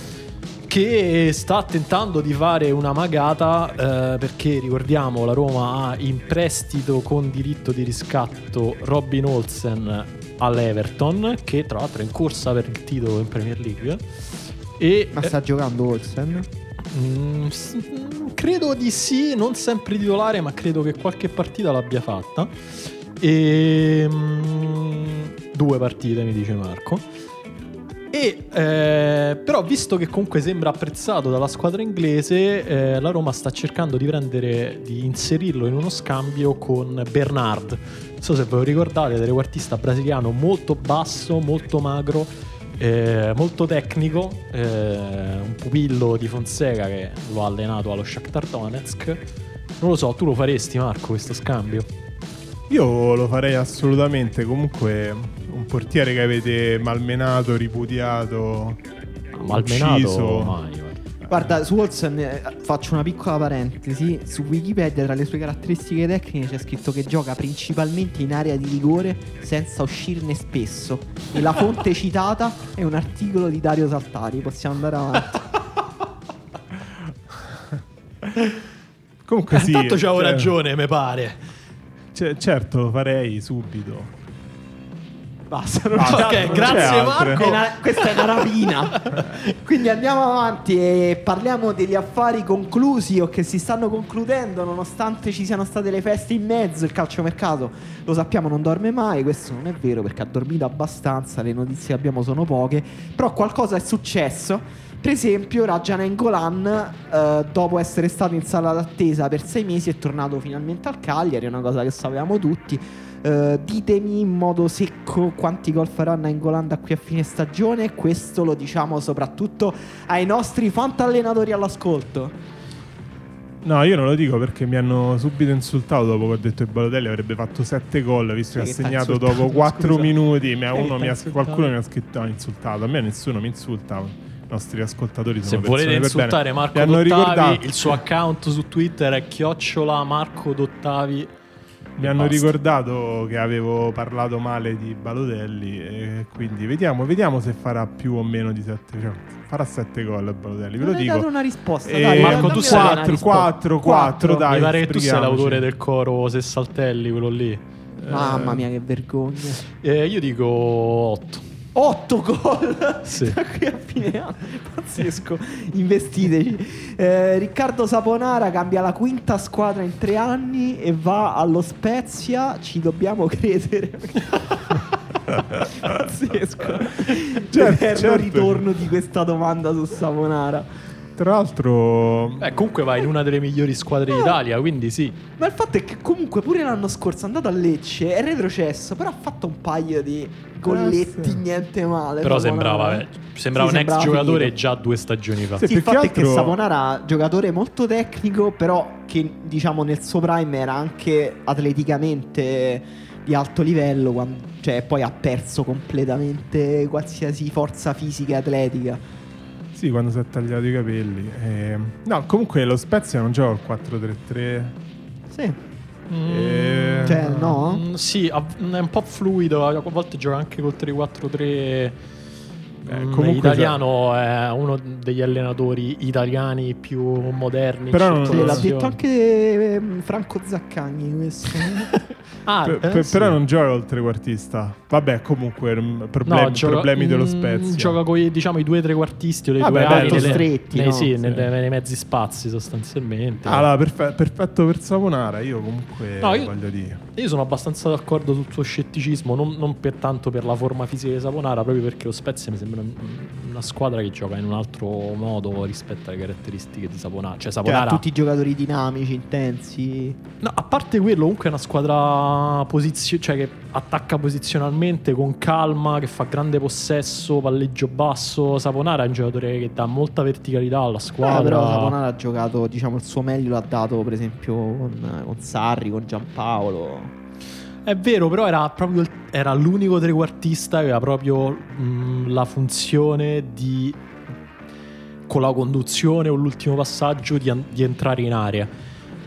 che sta tentando di fare una magata perché ricordiamo la Roma ha in prestito con diritto di riscatto Robin Olsen all'Everton, che tra l'altro è in corsa per il titolo in Premier League. Ma sta giocando Olsen? Credo di sì, non sempre titolare, ma credo che qualche partita l'abbia fatta. E 2 partite mi dice Marco. Però visto che comunque sembra apprezzato dalla squadra inglese, la Roma sta cercando di inserirlo in uno scambio con Bernard. Non so se ve lo ricordate, trequartista brasiliano molto basso, molto magro, molto tecnico, un pupillo di Fonseca che lo ha allenato allo Shakhtar Donetsk. Non lo so, tu lo faresti, Marco, questo scambio? Io lo farei assolutamente. Comunque un portiere che avete malmenato, ripudiato, ucciso. Mai. Guarda, su Olsen faccio una piccola parentesi. Su Wikipedia tra le sue caratteristiche tecniche c'è scritto che gioca principalmente in area di rigore senza uscirne spesso. E la fonte citata è un articolo di Dario Saltari. Possiamo andare avanti. Comunque sì. Tanto c'avevo ragione, mi pare. Certo, lo farei subito. Basta, non Ok, c'è grazie altre. Marco. questa è una rapina. Quindi andiamo avanti e parliamo degli affari conclusi o che si stanno concludendo nonostante ci siano state le feste in mezzo. Il calciomercato, lo sappiamo, non dorme mai. Questo non è vero perché ha dormito abbastanza. Le notizie che abbiamo sono poche. Però qualcosa è successo. Per esempio Raja Nainggolan, dopo essere stato in sala d'attesa per 6 mesi, è tornato finalmente al Cagliari. È una cosa che sapevamo tutti. Ditemi in modo secco quanti gol farà Nainggolan da qui a fine stagione. Questo lo diciamo soprattutto ai nostri fantallenatori all'ascolto. No, io non lo dico perché mi hanno subito insultato dopo che ho detto che Balotelli avrebbe fatto 7 gol, visto che ha Che t'ha segnato insultato, dopo 4 scusa. minuti. Qualcuno mi ha insultato. A me nessuno mi insulta. I nostri ascoltatori sono Se volete persone per insultare bene. Marco Mi hanno Dottavi, ricordato, il suo account su Twitter è @MarcoDottavi. mi hanno ricordato che avevo parlato male di Balotelli e quindi vediamo se farà più o meno di 7, cioè, farà 7 gol a Balotelli, ve lo Non hai dico. dato una risposta, dai, Marco, dammi tu una sei risposta. 4, dai. Mi pare che tu sei sbrighiamoci. l'autore del coro Sessaltelli, quello lì. Mamma mia, che vergogna. Io dico 8. 8 gol Sì. da qui a fine anno, pazzesco. Investiteci. Riccardo Saponara cambia la quinta squadra in 3 anni e va allo Spezia. Ci dobbiamo credere. Pazzesco. Eterno ritorno di questa domanda su Saponara. Tra l'altro Comunque va in una delle migliori squadre d'Italia, quindi sì. Ma il fatto è che comunque pure l'anno scorso è andato a Lecce, è retrocesso, però ha fatto un paio di golletti, sì. niente male. Però Saponara. sembrava Sì, un ex sembrava giocatore finito. già 2 stagioni fa. Sì. Sì, il più che fatto è che altro- Saponara, giocatore molto tecnico, però che diciamo nel suo prime era anche atleticamente di alto livello, cioè poi ha perso completamente qualsiasi forza fisica e atletica. sì, quando si è tagliato i capelli. No, comunque lo Spezia non gioca al 4-3-3. Sì. Cioè, no? Sì, è un po' fluido, a volte gioca anche col 3-4-3. Comunque Italiano è uno degli allenatori italiani più moderni. Però in non- Sì, l'ha circolazione. detto anche Franco Zaccagni questo. Sì. Però non gioca al trequartista. Vabbè, comunque problemi dello Spezia. Gioca con i 2 trequartisti o le Vabbè, 2 dai, ali molto stretti, no? sì, Sì. nei mezzi spazi sostanzialmente. Allora, perfetto per Saponara. Io comunque No, voglio dire. Io sono abbastanza d'accordo sul suo scetticismo, non per tanto per la forma fisica di Saponara, proprio perché lo Spezia mi sembra una squadra che gioca in un altro modo rispetto alle caratteristiche di Saponara. Cioè Cioè, Saponara, ha tutti i giocatori dinamici, intensi. no, a parte quello, comunque è una squadra cioè che attacca posizionalmente con calma, che fa grande possesso, palleggio basso. Saponara è un giocatore che dà molta verticalità alla squadra. Però Saponara ha giocato, diciamo, il suo meglio l'ha dato per esempio con Sarri, con Giampaolo. È vero, però era l'unico trequartista che aveva proprio la funzione di, con la conduzione o l'ultimo passaggio, di entrare in area.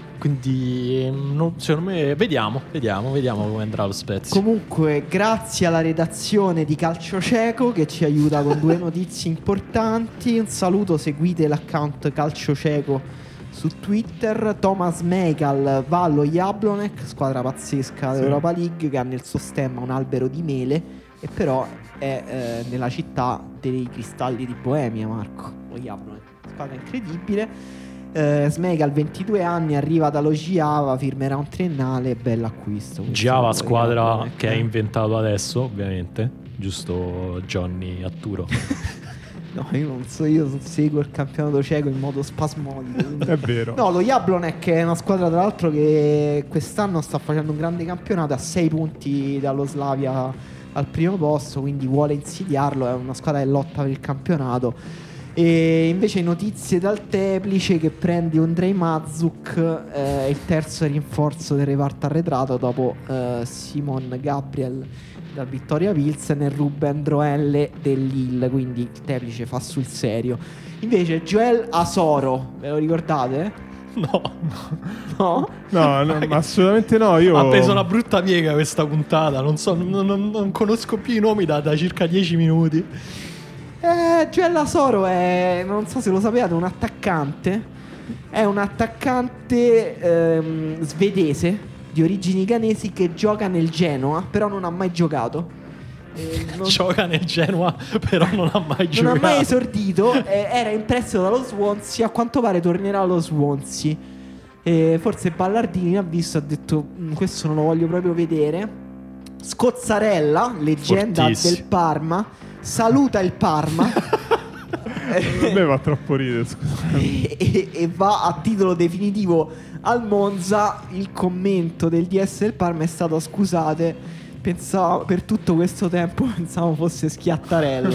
Quindi secondo me vediamo come andrà lo Spezia. Comunque, grazie alla redazione di Calcio Cieco che ci aiuta con 2 notizie importanti. Un saluto, seguite l'account Calcio Cieco su Twitter. Thomas Meikal va allo Jablonec, squadra pazzesca dell'Europa League, che ha nel suo stemma un albero di mele e però è nella città dei cristalli di Boemia, Marco. Lo Jablonec, squadra incredibile. Smegal 22 anni, arriva dallo Giava, firmerà un triennale, bell'acquisto. Giava, squadra Jablonec, che è inventato adesso, ovviamente, giusto Johnny Atturo. No, io non so, io seguo il campionato ceco in modo spasmodico. quindi- È vero. No, lo Jablonec è una squadra tra l'altro che quest'anno sta facendo un grande campionato, a 6 punti dallo Slavia al primo posto, quindi vuole insidiarlo, è una squadra che lotta per il campionato. E invece notizie dal Teplice che prende Ondrej Mazuk, il terzo rinforzo del reparto arretrato dopo Simon Gabriel dal Vittoria Pilsen e Ruben Droelle dell'Ill, quindi il Teplice fa sul serio. Invece Joel Asoro, ve lo ricordate? No, No? No, ma assolutamente no. Io ha preso una brutta piega questa puntata. Non so, non conosco più i nomi da circa 10 minuti. Joel Asoro è, non so se lo sapevate, un attaccante È un attaccante svedese di origini ghanesi che gioca nel Genoa, però non ha mai giocato. Gioca nel Genoa, però non ha mai giocato. Non ha mai esordito. Era in prestito dallo Swansea. A quanto pare tornerà allo Swansea. Forse Ballardini ha visto e ha detto: questo non lo voglio proprio vedere. Scozzarella, leggenda Fortissimo. del Parma, saluta il Parma. A me fa troppo ridere, scusa. e va a titolo definitivo al Monza. Il commento del DS del Parma è stato: scusate, pensavo per tutto questo tempo pensavo fosse Schiattarella.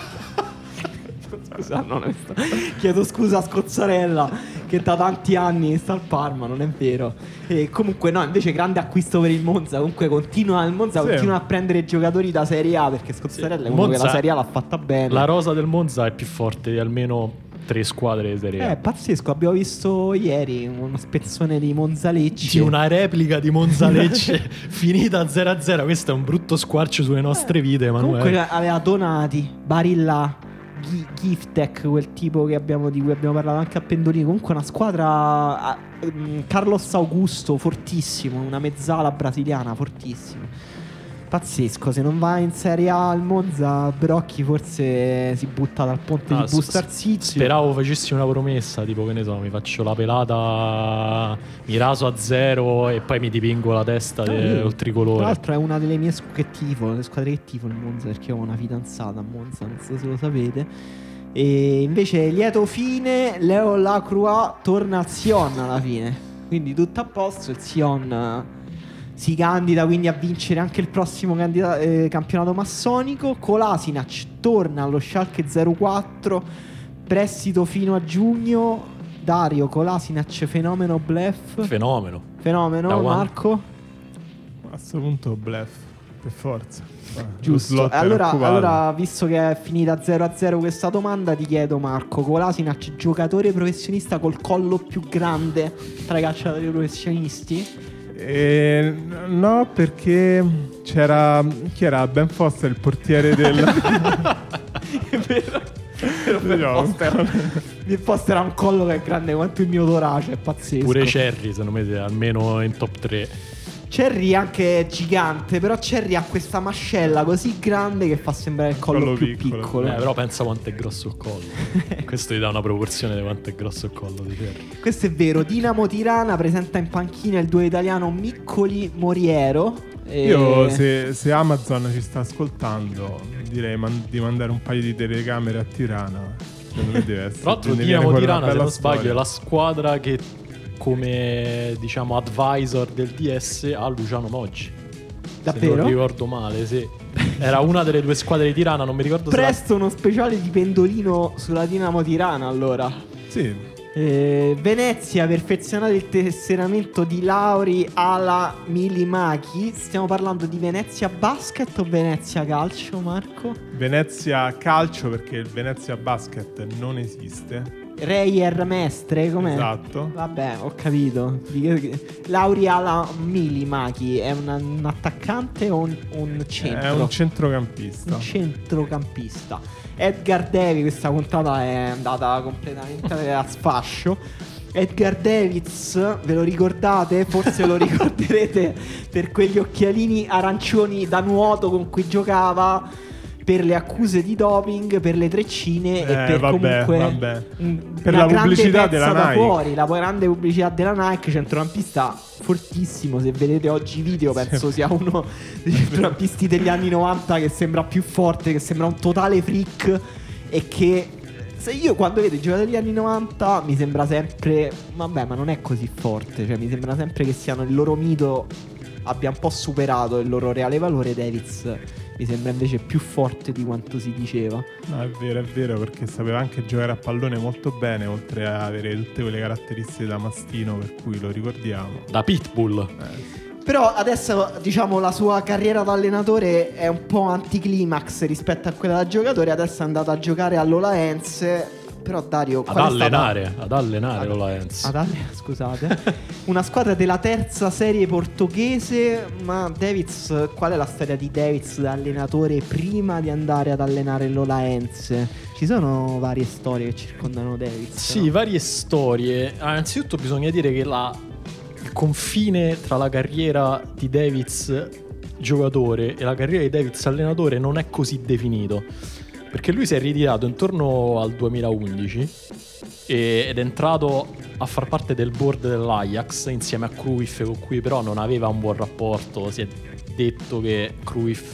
Scusa, non è chiedo scusa a Scozzarella che da tanti anni sta al Parma, non è vero. E comunque no, invece grande acquisto per il Monza. Comunque continua il Monza, Sì. continua a prendere giocatori da Serie A, perché Scozzarella è uno Monza- che la Serie A l'ha fatta bene. La rosa del Monza è più forte di almeno 3 squadre di Serie A. Pazzesco, abbiamo visto ieri uno spezzone di Monza Lecce. Sì, una replica di Monza Lecce finita 0-0. Questo è un brutto squarcio sulle nostre vite, Emanuele. Comunque aveva Donati, Barilla, Giftek, quel tipo di cui abbiamo parlato anche a Pendolino. Comunque una squadra, Carlos Augusto fortissimo, una mezzala brasiliana fortissima. Pazzesco. Se non va in Serie A al Monza, Brocchi forse si butta dal ponte di Busto Arsizio. Speravo facessi una promessa, tipo, che ne so, mi faccio la pelata, mi raso a 0 e poi mi dipingo la testa del Tra tricolore. l'altro è una delle mie che tifo, le squadre che tifo il Monza, perché ho una fidanzata a Monza, non so se lo sapete. E invece lieto fine, Leo Lacroix torna al Sion alla fine, quindi tutto a posto. Il Sion si candida quindi a vincere anche il prossimo campionato massonico. Kolasinac torna allo Schalke 04, prestito fino a giugno. Dario, Kolasinac fenomeno, bluff? Fenomeno. Fenomeno, Da quando? Marco? A questo punto bluff, per forza. Lo Giusto. slot è Allora, occupato. visto che è finita 0-0 questa domanda, ti chiedo, Marco, Kolasinac giocatore professionista col collo più grande tra i calciatori professionisti? No, perché c'era chi era? Ben Foster, il portiere del È vero. No. Il posto era un collo che è grande quanto il mio torace, è pazzesco. Pure Cherry, se non mi dite, almeno in top 3. Cherry anche è gigante, però Cherry ha questa mascella così grande che fa sembrare il collo più piccolo. Però pensa quanto è grosso il collo. Questo gli dà una proporzione di quanto è grosso il collo di Cherry. Questo è vero. Dinamo Tirana presenta in panchina il duo italiano Miccoli Moriero. Io se Amazon ci sta ascoltando, direi di mandare un paio di telecamere a Tirana. Secondo me deve essere. Tra l'altro ne viene Dinamo fuori una Tirana, se bella non sbaglio, storia. è la squadra che come, diciamo, advisor del DS ha Luciano Moggi. Davvero? Se non ricordo male, sì. Era una delle 2 squadre di Tirana, non mi ricordo se Presto uno speciale di Pendolino sulla Dinamo Tirana, allora. Sì. Venezia perfezionato il tesseramento di Lauri alla Milimaki. Stiamo parlando di Venezia Basket o Venezia Calcio, Marco? Venezia Calcio, perché il Venezia Basket non esiste. Reyer Mestre, com'è? Esatto. Vabbè, ho capito. Lauri alla Milimaki è un attaccante o un centro? È un centrocampista. Un centrocampista. Edgar Davis, questa puntata è andata completamente a sfascio. Edgar Davids, ve lo ricordate? Forse lo ricorderete per quegli occhialini arancioni da nuoto con cui giocava, per le accuse di doping, per le treccine e per comunque per una la pubblicità grande della pezza da Nike. fuori, la grande pubblicità della Nike. Centrocampista fortissimo. Se vedete oggi i video, penso sia uno dei centrocampisti degli anni 90 che sembra più forte, che sembra un totale freak. E che se io quando vedo i giocatori degli anni 90 mi sembra sempre, vabbè, ma non è così forte. Cioè mi sembra sempre che siano il loro mito abbia un po' superato il loro reale valore. Davids mi sembra invece più forte di quanto si diceva. No, è vero, perché sapeva anche giocare a pallone molto bene, oltre a avere tutte quelle caratteristiche da mastino per cui lo ricordiamo. da Pitbull. Però adesso, diciamo, la sua carriera da allenatore è un po' anticlimax rispetto a quella da giocatore. Adesso è andato a giocare all'Olaense, Però Dario, ad allenare l'Oliance. Scusate. Una squadra della terza serie portoghese. Ma Davids, qual è la storia di Davids da allenatore prima di andare ad allenare l'Oliance? Ci sono varie storie che circondano Davids. Sì, no? Varie storie. Innanzitutto bisogna dire che il confine tra la carriera di Davids giocatore e la carriera di Davids allenatore non è così definito, perché lui si è ritirato intorno al 2011 ed è entrato a far parte del board dell'Ajax insieme a Cruyff, con cui però non aveva un buon rapporto. Si è detto che Cruyff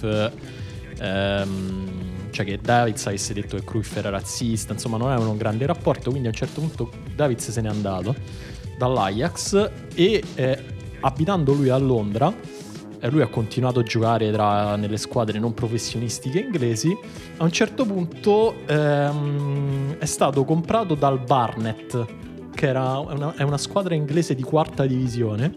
cioè che Davids avesse detto che Cruyff era razzista, insomma non avevano un grande rapporto, quindi a un certo punto Davids se n'è andato dall'Ajax e abitando lui a Londra, lui ha continuato a giocare nelle squadre non professionistiche inglesi. A un certo punto è stato comprato dal Barnet, che è una squadra inglese di quarta divisione,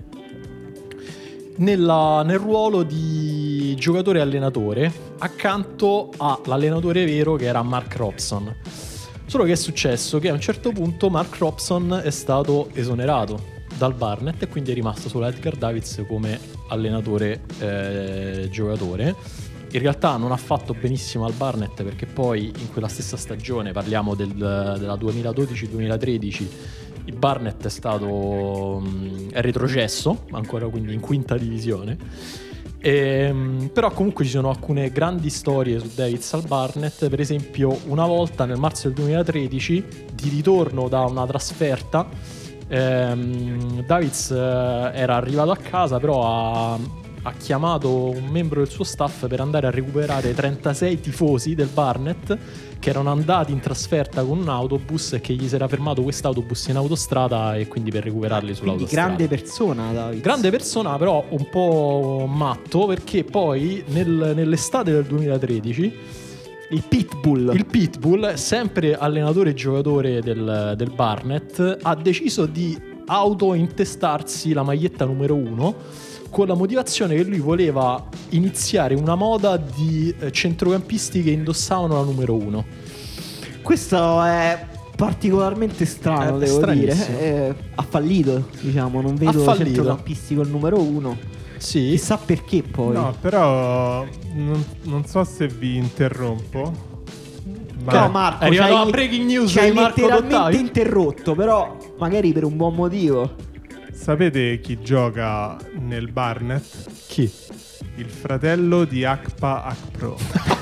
nel ruolo di giocatore allenatore accanto all'allenatore vero, che era Mark Robson. Solo che è successo che a un certo punto Mark Robson è stato esonerato dal Barnet e quindi è rimasto solo Edgar Davids come allenatore giocatore. In realtà non ha fatto benissimo al Barnet, perché poi in quella stessa stagione, parliamo della 2012-2013, il Barnet è retrocesso ancora, quindi in quinta divisione. Però comunque ci sono alcune grandi storie su Davids al Barnet. Per esempio, una volta nel marzo del 2013, di ritorno da una trasferta, Davids era arrivato a casa, però ha chiamato un membro del suo staff per andare a recuperare 36 tifosi del Barnet che erano andati in trasferta con un autobus e che gli si era fermato quest'autobus in autostrada, e quindi per recuperarli sull'autostrada. Quindi grande persona, Davids. Grande persona, però un po' matto, perché poi nell'estate del 2013 il Pitbull, sempre allenatore e giocatore del Barnet, ha deciso di auto-intestarsi la maglietta numero 1, con la motivazione che lui voleva iniziare una moda di centrocampisti che indossavano la numero 1. Questo è particolarmente strano, devo dire. Ha fallito, diciamo. Non vedo centrocampisti col numero 1. Sì. Chissà perché poi. No, però non so se vi interrompo. No, Marco, è arrivato a breaking news ci hai di Marco letteralmente Dottavi. interrotto, però magari per un buon motivo. Sapete chi gioca nel Barnet? Chi? Il fratello di Akpa Akpro.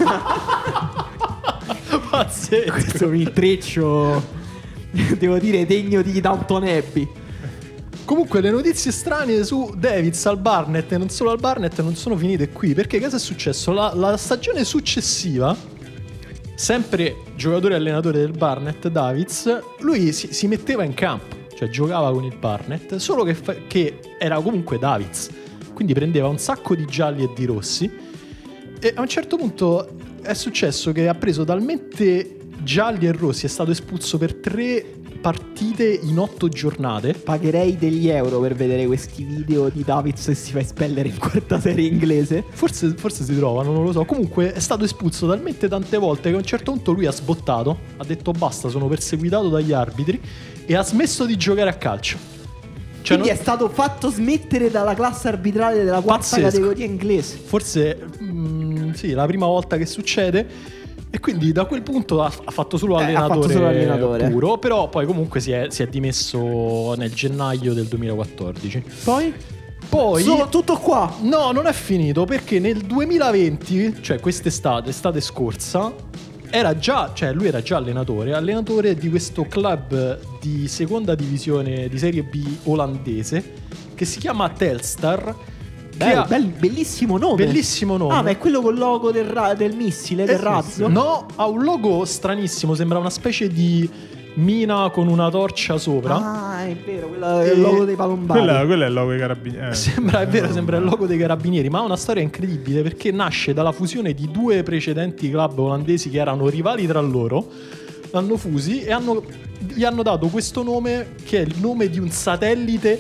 Pazzesco. Questo è un intreccio, devo dire, degno di Downton Abbey. Comunque le notizie strane su Davids al Barnet, e non solo al Barnet, non sono finite qui, perché cosa è successo? La stagione successiva, sempre giocatore e allenatore del Barnet, Davids, lui si metteva in campo, cioè giocava con il Barnet, solo che era comunque Davids, quindi prendeva un sacco di gialli e di rossi, e a un certo punto è successo che ha preso talmente gialli e rossi, è stato espulso per 3 partite in 8 giornate. Pagherei degli euro per vedere questi video di Davids che si fa espellere in quarta serie inglese. Forse si trovano, non lo so. Comunque è stato espulso talmente tante volte che a un certo punto lui ha sbottato, ha detto basta, sono perseguitato dagli arbitri, e ha smesso di giocare a calcio. Cioè, quindi è stato fatto smettere dalla classe arbitrale della quarta categoria inglese. Forse sì, la prima volta che succede. E quindi da quel punto ha fatto solo allenatore puro. Però poi comunque si è dimesso nel gennaio del 2014. Poi sono tutto qua. No, non è finito, perché nel 2020, cioè estate scorsa, lui era già allenatore di questo club di seconda divisione di Serie B olandese che si chiama Telstar. Bellissimo nome. Bellissimo nome. Ah, ma è quello col logo del missile, del razzo? No, ha un logo stranissimo, sembra una specie di mina con una torcia sopra. Ah, è vero, quello è il logo dei palombari. Quello è il logo dei carabinieri. Sembra il logo dei carabinieri, ma ha una storia incredibile, perché nasce dalla fusione di 2 precedenti club olandesi che erano rivali tra loro. L'hanno fusi e gli hanno dato questo nome, che è il nome di un satellite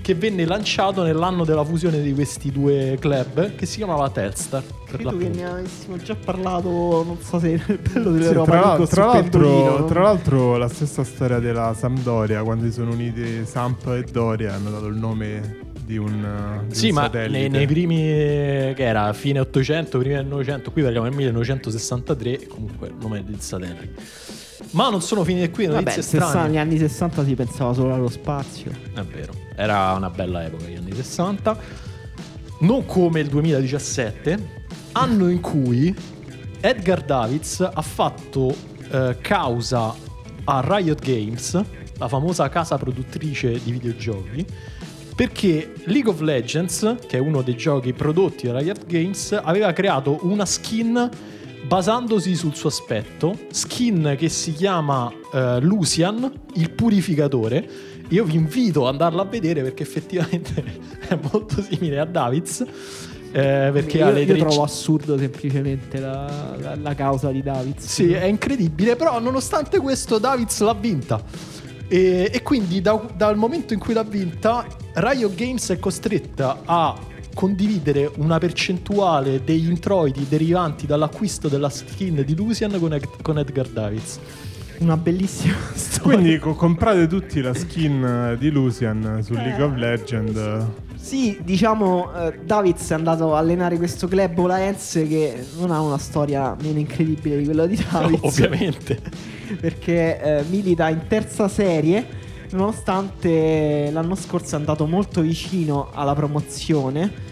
che venne lanciato nell'anno della fusione di questi due club, che si chiamava Telstar. Credo che ne avessimo già parlato, non so se è bello Sì, dell'Europa League tra l'altro la stessa storia della Sampdoria, quando si sono uniti Samp e Doria, hanno dato il nome di un satellite. Nei primi, che era fine 800, primi del 900, qui parliamo del 1963, comunque il nome del satellite. Ma non sono finite qui notizie strane. Negli anni 60 si pensava solo allo spazio. È vero, era una bella epoca gli anni 60. Non come il 2017, anno in cui Edgar Davids ha fatto causa a Riot Games, la famosa casa produttrice di videogiochi, perché League of Legends, che è uno dei giochi prodotti da Riot Games, aveva creato una skin basandosi sul suo aspetto, skin che si chiama Lucian, il purificatore. Io vi invito ad andarla a vedere perché effettivamente è molto simile a Davids, perché io trovo assurdo semplicemente la causa di Davids. Sì, è incredibile, però nonostante questo Davids l'ha vinta. E quindi dal momento in cui l'ha vinta, Riot Games è costretta a condividere una percentuale degli introiti derivanti dall'acquisto della skin di Lucian con Edgar Davids. Una bellissima storia. Quindi comprate tutti la skin di Lucian su League of Legends. Sì, diciamo Davids è andato a allenare questo club Olaense che non ha una storia meno incredibile di quella di Davids. Ovviamente. Perché milita in terza serie, nonostante l'anno scorso è andato molto vicino alla promozione.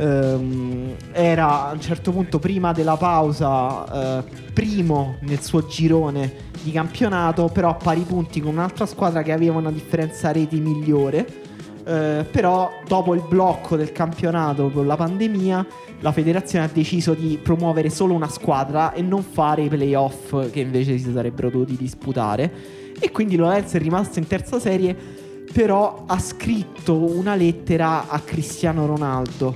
Era a un certo punto, prima della pausa, primo nel suo girone di campionato, però a pari punti con un'altra squadra che aveva una differenza reti migliore. Però dopo il blocco del campionato con la pandemia, la federazione ha deciso di promuovere solo una squadra e non fare i playoff che invece si sarebbero dovuti disputare, e quindi l'Olense è rimasto in terza serie, però ha scritto una lettera a Cristiano Ronaldo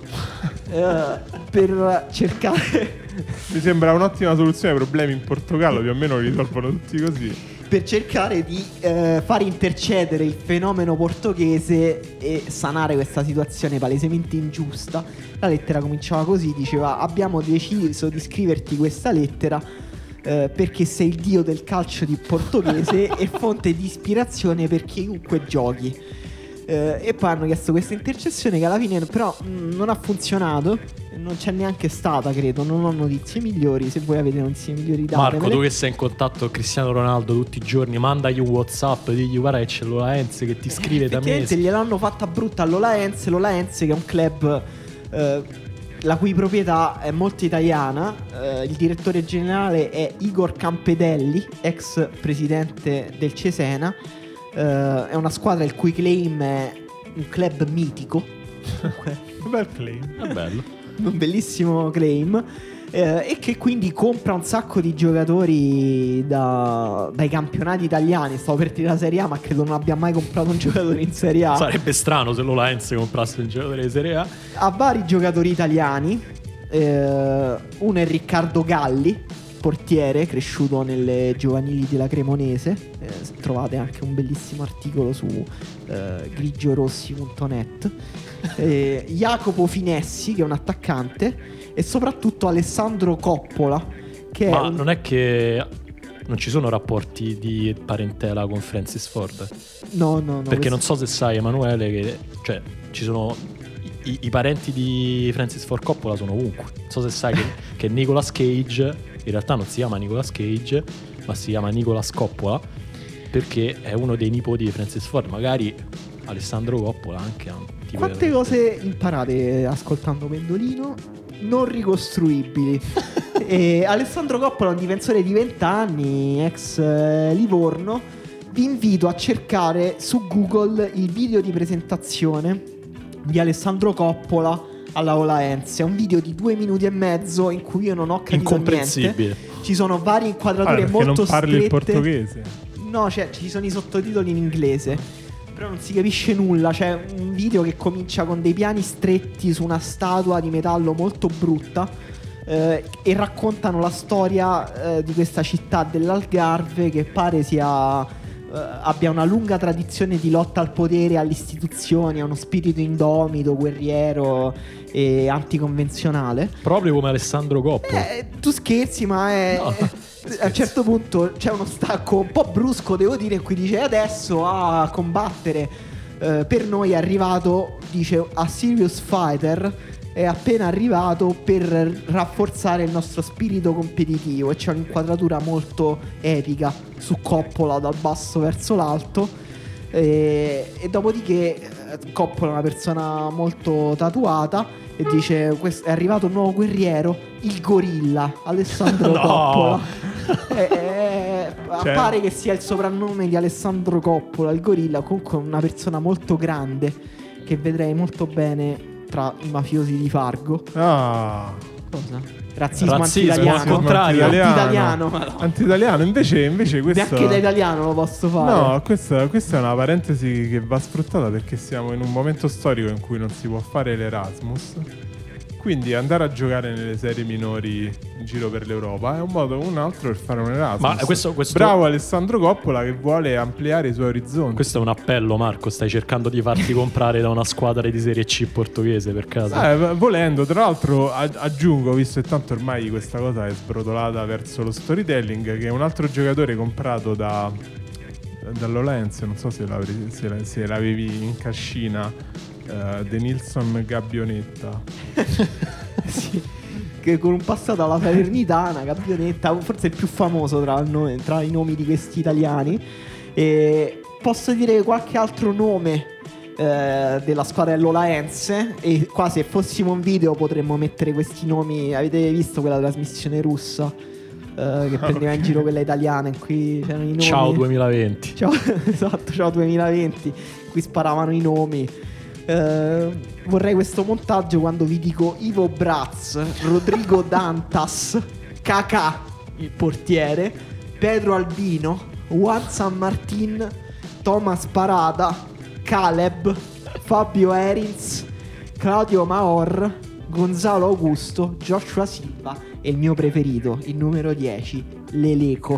per cercare Mi sembra un'ottima soluzione ai problemi in Portogallo, più o meno li risolvono tutti così. Per cercare di far intercedere il fenomeno portoghese e sanare questa situazione palesemente ingiusta. La lettera cominciava così, diceva: abbiamo deciso di scriverti questa lettera perché sei il dio del calcio di portoghese e fonte di ispirazione per chiunque giochi. E poi hanno chiesto questa intercessione che alla fine però non ha funzionato, non c'è neanche stata, credo. Non ho notizie migliori. Se voi avete notizie migliori, datemele. Marco, tu che sei in contatto con Cristiano Ronaldo tutti i giorni, mandagli un WhatsApp, digli: guarda che c'è l'Olaense che ti scrive da mesi. Gliel'hanno fatta brutta all'Olaense. L'Olaense, che è un club la cui proprietà è molto italiana. Il direttore generale è Igor Campedelli, ex presidente del Cesena. È una squadra il cui claim è un club mitico. Un bel claim. È bello. Un bellissimo claim. E che quindi compra un sacco di giocatori dai campionati italiani. Stavo per dire la Serie A, ma credo non abbia mai comprato un giocatore in Serie A. Sarebbe strano se l'Olaense comprasse un giocatore di Serie A. Ha vari giocatori italiani. Uno è Riccardo Galli, portiere, cresciuto nelle giovanili della Cremonese. Trovate anche un bellissimo articolo su grigiorossi.net. Jacopo Finessi, che è un attaccante, e soprattutto Alessandro Coppola, che Ma non è che non ci sono rapporti di parentela con Francis Ford? No. Perché non so se sai, Emanuele, che cioè ci sono i parenti di Francis Ford Coppola sono ovunque. Non so se sai che Nicolas Cage in realtà non si chiama Nicolas Cage, ma si chiama Nicolas Coppola, perché è uno dei nipoti di Francis Ford. Magari Alessandro Coppola anche ha un tipo. Quante cose imparate ascoltando Pendolino non ricostruibili. E Alessandro Coppola è un difensore di 20 anni, ex Livorno. Vi invito a cercare su Google il video di presentazione di Alessandro Coppola alla Olaense. È un video di 2 minuti e mezzo in cui io non ho capito incomprensibile niente. Ci sono varie inquadrature molto non parli strette. il portoghese? No, ci sono i sottotitoli in inglese, però non si capisce nulla. C'è un video che comincia con dei piani stretti su una statua di metallo molto brutta, e raccontano la storia di questa città dell'Algarve che pare sia abbia una lunga tradizione di lotta al potere, alle istituzioni, ha uno spirito indomito, guerriero e anticonvenzionale. Proprio come Alessandro Coppola. Tu scherzi, ma a un certo punto c'è uno stacco un po' brusco, devo dire, in cui dice adesso a combattere per noi è arrivato, dice, a Serious Fighter, è appena arrivato per rafforzare il nostro spirito competitivo, e c'è un'inquadratura molto epica su Coppola dal basso verso l'alto, e dopodiché Coppola è una persona molto tatuata e dice è arrivato un nuovo guerriero, il gorilla Alessandro Coppola. Pare che sia il soprannome di Alessandro Coppola, il gorilla. Comunque una persona molto grande che vedrei molto bene tra i mafiosi di Fargo. Ah, cosa? Razzismo antitaliano. al contrario. Antitaliano. Antitaliano. Invece questo neanche da italiano lo posso fare. No, questa è una parentesi che va sfruttata, perché siamo in un momento storico in cui non si può fare l'Erasmus. Quindi andare a giocare nelle serie minori in giro per l'Europa è un modo o un altro per fare un Erasmus. Ma questo... Bravo Alessandro Coppola, che vuole ampliare i suoi orizzonti. Questo è un appello, Marco. Stai cercando di farti comprare da una squadra di Serie C portoghese, per caso? Volendo. Tra l'altro aggiungo, visto che tanto ormai questa cosa è sbrotolata verso lo storytelling, che un altro giocatore comprato dall'Olense, non so se l'avevi in cascina, De Nilsson Gabbionetta. Sì, che con un passato alla Salernitana, Gabbionetta, forse il più famoso tra i nomi di questi italiani. E posso dire qualche altro nome della squadra dell'Olaense, e qua se fossimo un video potremmo mettere questi nomi. Avete visto quella trasmissione russa che prendeva in giro quella italiana, in cui c'erano i nomi? Ciao 2020. Esatto, ciao 2020, in cui sparavano i nomi. Vorrei questo montaggio quando vi dico Ivo Braz, Rodrigo Dantas, Kakà, il portiere, Pedro Albino, Juan San Martin, Thomas Parada, Caleb, Fabio Erins, Claudio Maor, Gonzalo Augusto, Joshua Silva e il mio preferito, il numero 10, Leleco.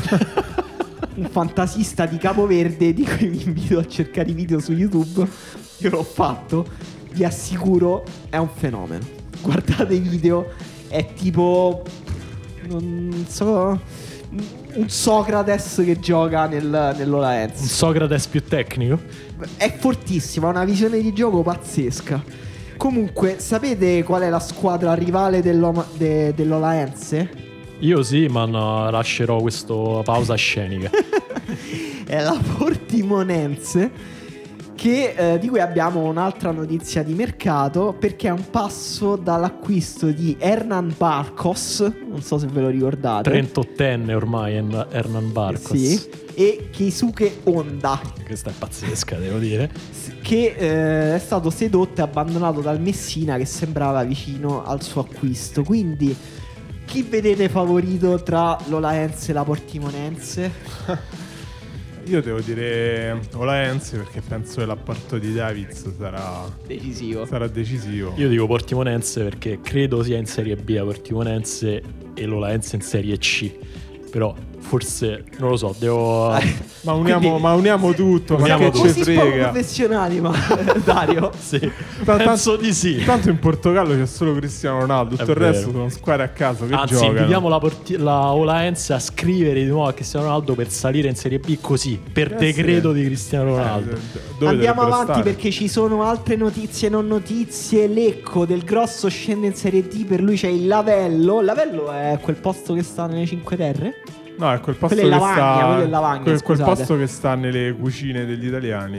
Un fantasista di Capoverde di cui vi invito a cercare i video su YouTube. Io l'ho fatto, vi assicuro, è un fenomeno. Guardate i video, è tipo, non so, un Socrates che gioca nell'Olaense. Un Socrates più tecnico? È fortissimo, ha una visione di gioco pazzesca. Comunque, sapete qual è la squadra rivale dell'Olaense? Io sì, ma no, lascerò questa pausa scenica. È la Portimonense, di cui abbiamo un'altra notizia di mercato, perché è un passo dall'acquisto di Hernan Barcos, non so se ve lo ricordate, 38enne ormai Hernan Barcos. Sì. E Keisuke Honda, questa è pazzesca, devo dire, che è stato sedotto e abbandonato dal Messina, che sembrava vicino al suo acquisto. Quindi chi vedete favorito tra l'Olaense e la Portimonense? Io devo dire Olaense, perché penso che l'apporto di Davids sarà decisivo. Io dico Portimonense perché credo sia in Serie B la Portimonense e l'Olaense in Serie C. Però forse, non lo so, devo... ma uniamo tutto, ma che ci frega. Professionali, ma Dario? Sì, penso di sì. Tanto in Portogallo c'è solo Cristiano Ronaldo, tutto il vero. resto sono squadre a caso che Anzi, giocano. invitiamo la Olaense a scrivere di nuovo a Cristiano Ronaldo per salire in Serie B così, per decreto di Cristiano Ronaldo. Andiamo avanti perché ci sono altre notizie, non notizie. Lecco del Grosso scende in Serie D, per lui c'è il Lavello. Lavello è quel posto che sta nelle Cinque Terre? No, è quel posto quel posto che sta nelle cucine degli italiani.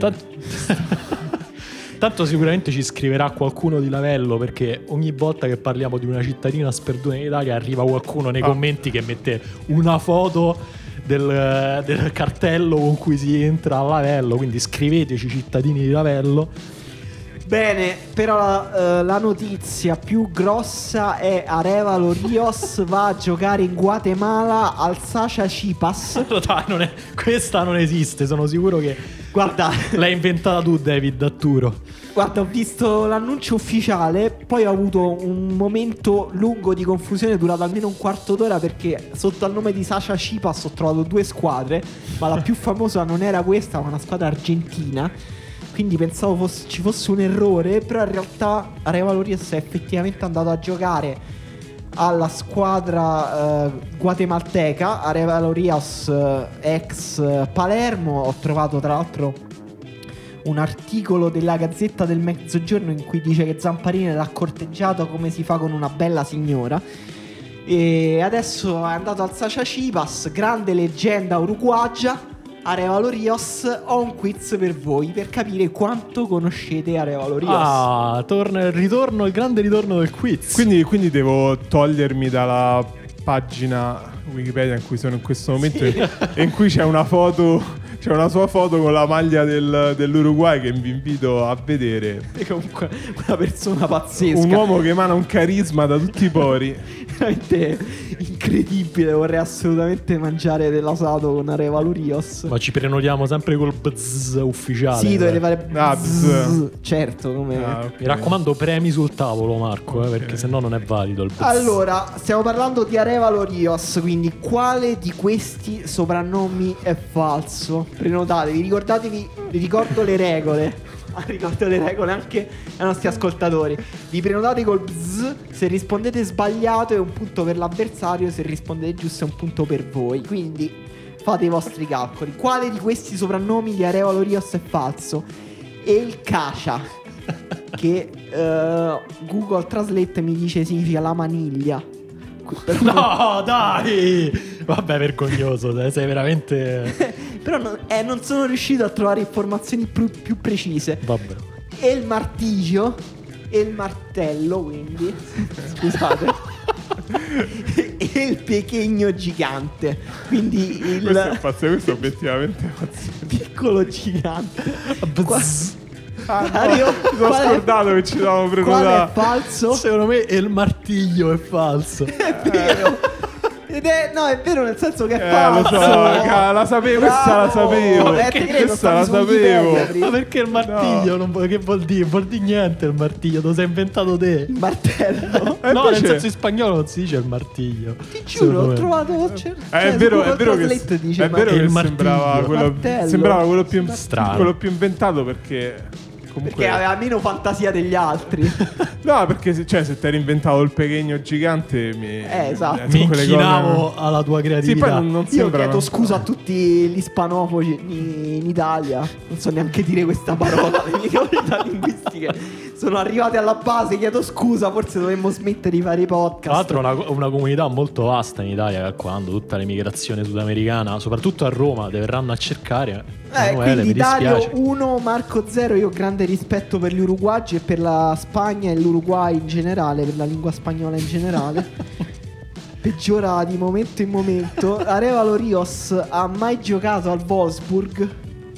Tanto sicuramente ci scriverà qualcuno di Lavello, perché ogni volta che parliamo di una cittadina sperduta in Italia arriva qualcuno nei commenti che mette una foto del cartello con cui si entra a Lavello. Quindi scriveteci, cittadini di Lavello. Bene, però la notizia più grossa è Arévalo Rios va a giocare in Guatemala al Sacha Chipas. Dai, questa non esiste, sono sicuro che Guarda, l'hai inventata tu, David Atturo. guarda, ho visto l'annuncio ufficiale, poi ho avuto un momento lungo di confusione durato almeno un quarto d'ora, perché sotto al nome di Sacha Chipas ho trovato 2 squadre, ma la più famosa non era questa, ma una squadra argentina. Quindi pensavo ci fosse un errore, però in realtà Arévalo Rios è effettivamente andato a giocare alla squadra guatemalteca. Arévalo Rios ex Palermo. Ho trovato tra l'altro un articolo della Gazzetta del Mezzogiorno in cui dice che Zamparini l'ha corteggiato come si fa con una bella signora. E adesso è andato al Sacha Chipas, grande leggenda uruguagia. Arévalo Rios, ho un quiz per voi per capire quanto conoscete Arévalo Rios. Ah, torna il grande ritorno del quiz. Quindi devo togliermi dalla pagina Wikipedia in cui sono in questo momento, e in cui c'è una foto. C'è una sua foto con la maglia dell'Uruguay che vi invito a vedere. È comunque una persona pazzesca. Un uomo che emana un carisma da tutti i pori. Veramente incredibile. Vorrei assolutamente mangiare dell'asato con Arévalo Rios. Ma ci prenotiamo sempre col bzz ufficiale. Sì, dovete fare bzz. Certo, come... Okay. Mi raccomando, premi sul tavolo, Marco, perché sennò non è valido il bzz. Allora, stiamo parlando di Arévalo Rios, quindi quale di questi soprannomi è falso? Prenotatevi, ricordatevi, vi ricordo le regole. Ricordo le regole anche ai nostri ascoltatori. Vi prenotate col bzz. Se rispondete sbagliato è un punto per l'avversario, se rispondete giusto è un punto per voi. Quindi fate i vostri calcoli. Quale di questi soprannomi di Arévalo Rios è falso? El Cacha, che Google Translate mi dice significa la maniglia. No, dai! Vabbè, vergognoso, sei veramente... Però non sono riuscito a trovare informazioni più precise. Vabbè. E il martiglio e il martello, quindi scusate. E il pechegno gigante, quindi Questo è pazzesco, questo è obiettivamente pazzesco. piccolo gigante. Mario, mi sono scordato che ci davamo Quale è prenotato. falso? Secondo me il martiglio è falso. È vero. No, è vero, nel senso che è Lo falso. so, la sapevo, questa la sapevo. Questa la sapevo. Ma perché il martiglio? Non che vuol dire? Vuol dire niente il martiglio, te lo sei inventato te. Il martello. No, invece- nel senso in spagnolo non si dice il martiglio. Ti giuro, ho trovato. È vero che Il sembrava martello. quello più Strano. quello più inventato, perché comunque Perché aveva meno fantasia degli altri. no, perché se ti eri inventato il pechegno gigante esatto. Mi quelle inchinavo cose- alla tua Sì, creatività. poi non Io sembra chiedo scusa a tutti gli ispanofobi in Italia. Non so neanche dire questa parola. Le mie capacità linguistiche sono arrivate alla base. Chiedo scusa, forse dovremmo smettere di fare i podcast. Tra l'altro è una comunità molto vasta in Italia, calcolando tutta l'emigrazione sudamericana, soprattutto a Roma, te verranno a cercare. Emanuele, quindi mi Dario dispiace. 1, Marco 0. Io ho grande rispetto per gli uruguagi e per la Spagna e l'Uruguay in generale, per la lingua spagnola in generale. Peggiora di momento in momento. Arévalo Rios ha mai giocato al Wolfsburg?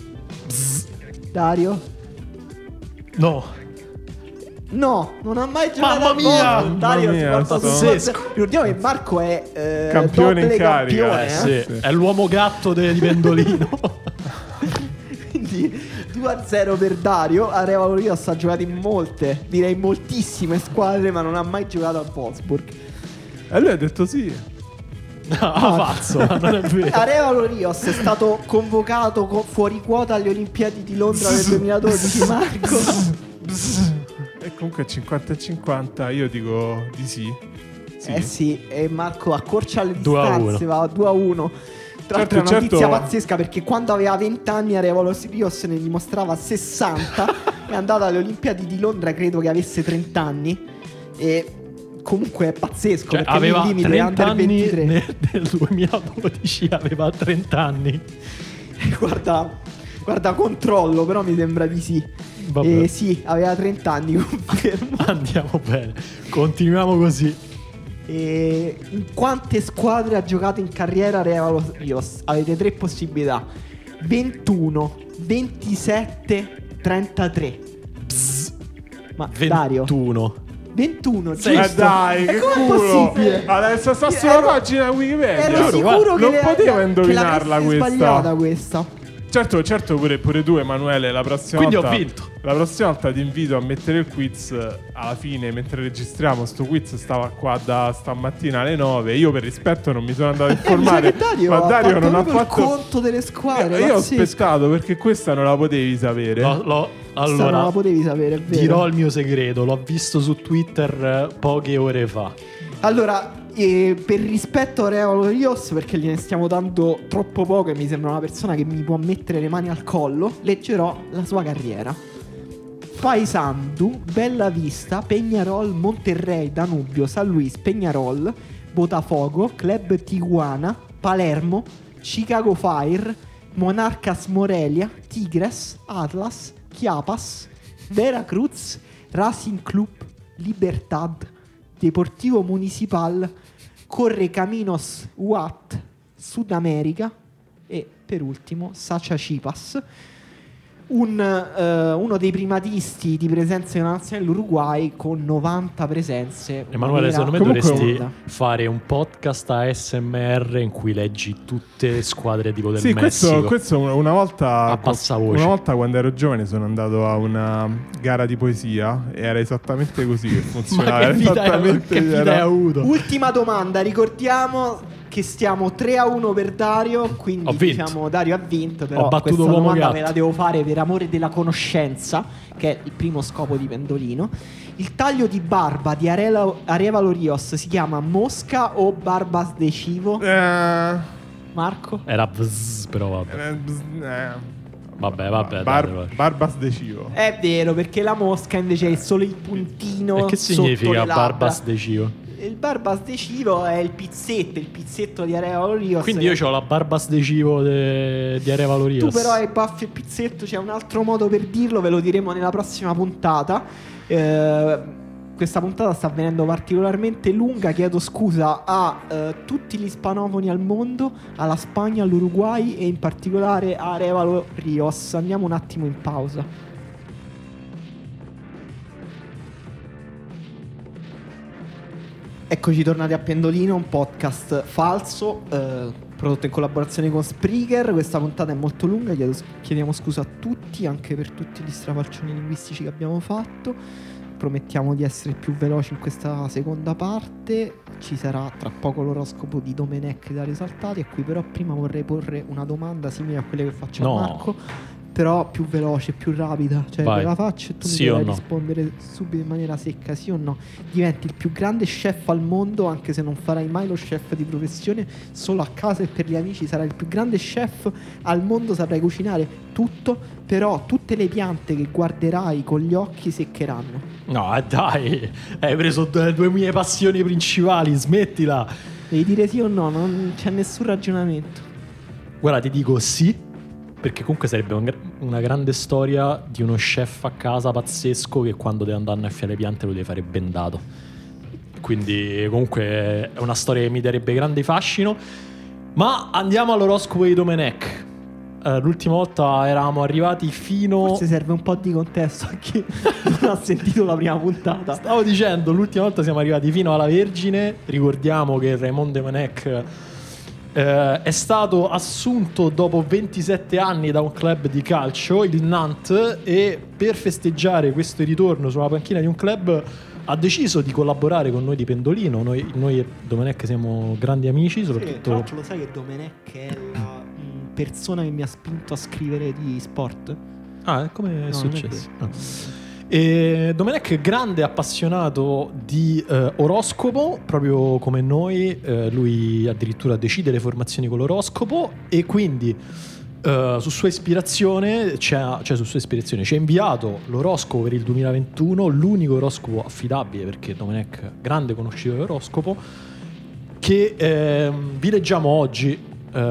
Dario? No. No, non ha mai giocato Mamma al mia! Wolfsburg. Dario Mamma si mia, porta sul pazzesco. gol. Ricordiamo che Marco è Campione in doppio carica, campione, Sì, è l'uomo gatto di Pendolino. Quindi 2-0 per Dario. Arévalo Rios ha giocato in molte, direi moltissime squadre, ma non ha mai giocato al Wolfsburg. E lui ha detto sì. Pazzo, ma non è vero. Arévalo Rios è stato convocato fuori quota alle Olimpiadi di Londra del 2012. Marco? E comunque 50-50, io dico di sì. Sì, e Marco accorcia le 2-1. distanze, va 2-1. Tra l'altro è una Certo. notizia pazzesca, perché quando aveva 20 anni Arévalo Rios ne dimostrava 60. È andato alle Olimpiadi di Londra, credo che avesse 30 anni. E comunque è pazzesco, Cioè, perché aveva il limite è 30 under anni 23. nel 2012, aveva 30 anni. Guarda, controllo, però mi sembra di sì. Vabbè. Sì, aveva 30 anni, confermo. Andiamo bene, continuiamo così. In quante squadre ha giocato in carriera Arévalo Rios? Avete 3 possibilità: 21, 27, 33. Ma Dario, 21, dai, che com'è culo. possibile? Adesso sta sulla pagina Wikipedia. Ero sicuro che non poteva indovinarla che questa. sbagliata questa. Certo, pure tu, Emanuele, la prossima Quindi volta. ho vinto. La prossima volta ti invito a mettere il quiz alla fine, mentre registriamo. Sto quiz stava qua da stamattina alle 9. Io per rispetto non mi sono andato a informare. Ma Dario non ha il fatto conto delle squadre. Io ho pazzesco. aspettato perché questa non la potevi sapere. Questa non Allora, la potevi sapere, è vero. dirò il mio segreto. L'ho visto su Twitter poche ore fa. Allora, per rispetto a Real Rios, perché gliene stiamo dando troppo poco e mi sembra una persona che mi può mettere le mani al collo, leggerò la sua carriera. Paysandú, Bella Vista, Peñarol, Monterrey, Danubio, San Luis, Peñarol, Botafogo, Club Tijuana, Palermo, Chicago Fire, Monarcas Morelia, Tigres, Atlas, Chiapas, Veracruz, Racing Club, Libertad, Deportivo Municipal, Correcaminos UAT, Sudamerica e per ultimo Sacha Chipas, uno dei primatisti di presenza in una nazionale dell'Uruguay con 90 presenze. Emanuele, secondo me Comunque dovresti fare un podcast ASMR in cui leggi tutte le squadre tipo del Messico. Questo una volta A bassa voce. Una volta quando ero giovane sono andato a una gara di poesia e era esattamente così che funzionava. Ma che vita hai avuto? Ultima domanda, ricordiamo che stiamo 3-1 per Dario, quindi Ho vinto. diciamo Dario ha vinto, però Ho battuto questa l'uomo domanda gatto. ve la devo fare per amore della conoscenza, che è il primo scopo di Pendolino. Il taglio di barba di Arévalo Rios si chiama Mosca o Barbas de Chivo? Marco? Era bzz, però vabbè. dai. Barbas de Civo. È vero, perché la mosca invece è solo il puntino. E che sotto significa le labbra. Barbas de Cio? Il Barbas de Civo è il pizzetto di Arévalo Rios. Quindi io ho la Barbas de Civo di Arévalo Rios. Tu però hai baffi e pizzetto, c'è un altro modo per dirlo, ve lo diremo nella prossima puntata. Questa puntata sta venendo particolarmente lunga, chiedo scusa a tutti gli ispanofoni al mondo, alla Spagna, all'Uruguay e in particolare a Arévalo Rios. Andiamo un attimo in pausa. Eccoci tornati a Pendolino, un podcast falso prodotto in collaborazione con Spreaker. Questa puntata è molto lunga, chiediamo scusa a tutti, anche per tutti gli strafalcioni linguistici che abbiamo fatto. Promettiamo di essere più veloci in questa seconda parte. Ci sarà tra poco l'oroscopo di Domenech da Risaltati, a cui però prima vorrei porre una domanda simile a quelle che faccio a Marco, però più veloce, più rapida. Cioè Vai. te la faccio e tu Sì mi o devi no? rispondere subito in maniera secca, sì o no. Diventi il più grande chef al mondo, anche se non farai mai lo chef di professione, solo a casa e per gli amici sarai il più grande chef al mondo, saprai cucinare tutto, però tutte le piante che guarderai con gli occhi seccheranno. No, dai, hai preso due mie passioni principali, smettila. Devi dire sì o no, non c'è nessun ragionamento. Guarda, ti dico sì, perché comunque sarebbe una grande storia di uno chef a casa pazzesco che quando deve andare a annaffiare le piante lo deve fare bendato. Quindi comunque è una storia che mi darebbe grande fascino. Ma andiamo all'oroscopo di Domenech. L'ultima volta eravamo arrivati fino... Forse serve un po' di contesto a chi non ha sentito la prima puntata. Stavo dicendo, l'ultima volta siamo arrivati fino alla Vergine. Ricordiamo che Raymond Domenech è stato assunto dopo 27 anni da un club di calcio, il Nantes, e per festeggiare questo ritorno sulla panchina di un club ha deciso di collaborare con noi di Pendolino. Noi e Domenech siamo grandi amici, Tra soprattutto... l'altro lo sai che Domenech è la persona che mi ha spinto a scrivere di sport? Ah, come è No, successo? non è E Domenech è grande appassionato di oroscopo, proprio come noi. Lui addirittura decide le formazioni con l'oroscopo e quindi su sua ispirazione ci ha inviato l'oroscopo per il 2021, l'unico oroscopo affidabile, perché Domenech grande conoscitore dell'oroscopo, che vi leggiamo oggi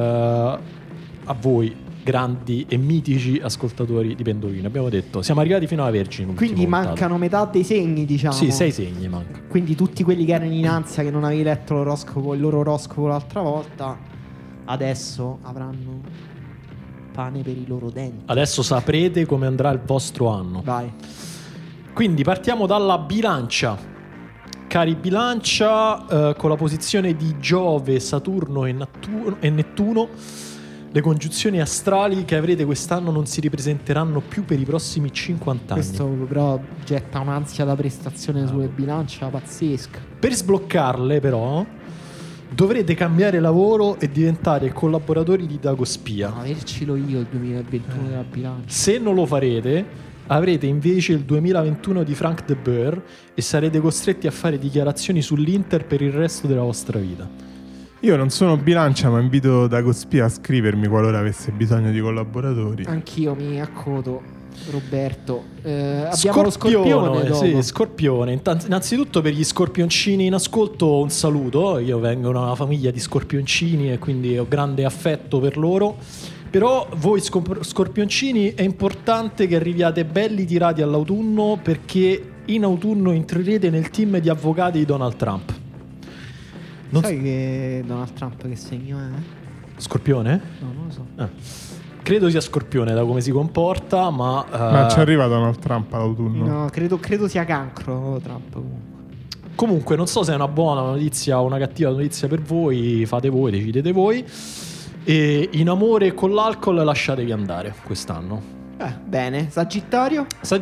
a voi grandi e mitici ascoltatori di Pendolino. Abbiamo detto siamo arrivati fino alla Vergine. Quindi mancano metà dei segni, diciamo. Sì, 6 segni manca. Quindi tutti quelli che erano in ansia, che non avevi letto il loro oroscopo l'altra volta, adesso avranno pane per i loro denti. Adesso saprete come andrà il vostro anno. Vai. Quindi partiamo dalla bilancia. Cari bilancia, con la posizione di Giove, Saturno e Nettuno, le congiunzioni astrali che avrete quest'anno non si ripresenteranno più per i prossimi 50 anni. Questo però getta un'ansia da prestazione sulle bilancia pazzesca. Per sbloccarle però dovrete cambiare lavoro e diventare collaboratori di Dagospia. Avercelo io il 2021 della bilancia. Se non lo farete, avrete invece il 2021 di Frank De Boer e sarete costretti a fare dichiarazioni sull'Inter per il resto della vostra vita. Io non sono bilancia, ma invito Dagospia a scrivermi qualora avesse bisogno di collaboratori. Anch'io mi accodo, Roberto. Abbiamo lo scorpione dopo. Sì, scorpione. Innanzitutto per gli scorpioncini in ascolto un saluto. Io vengo da una famiglia di scorpioncini e quindi ho grande affetto per loro. Però voi scorpioncini è importante che arriviate belli tirati all'autunno, perché in autunno entrerete nel team di avvocati di Donald Trump. Sai che Donald Trump che segno è? Scorpione? No, non lo so. Credo sia Scorpione da come si comporta, ma ci arriva Donald Trump all'autunno? No, credo sia cancro Trump comunque. Comunque non so se è una buona notizia o una cattiva notizia per voi, fate voi, decidete voi. E in amore con l'alcol lasciatevi andare quest'anno. Bene. Sagittario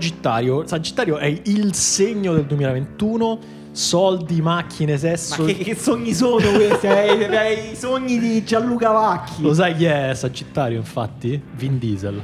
è il segno del 2021. Soldi, macchine, sesso. Ma che sogni sono questi? I sogni di Gianluca Vacchi. Lo sai chi è Sagittario, infatti? Vin Diesel.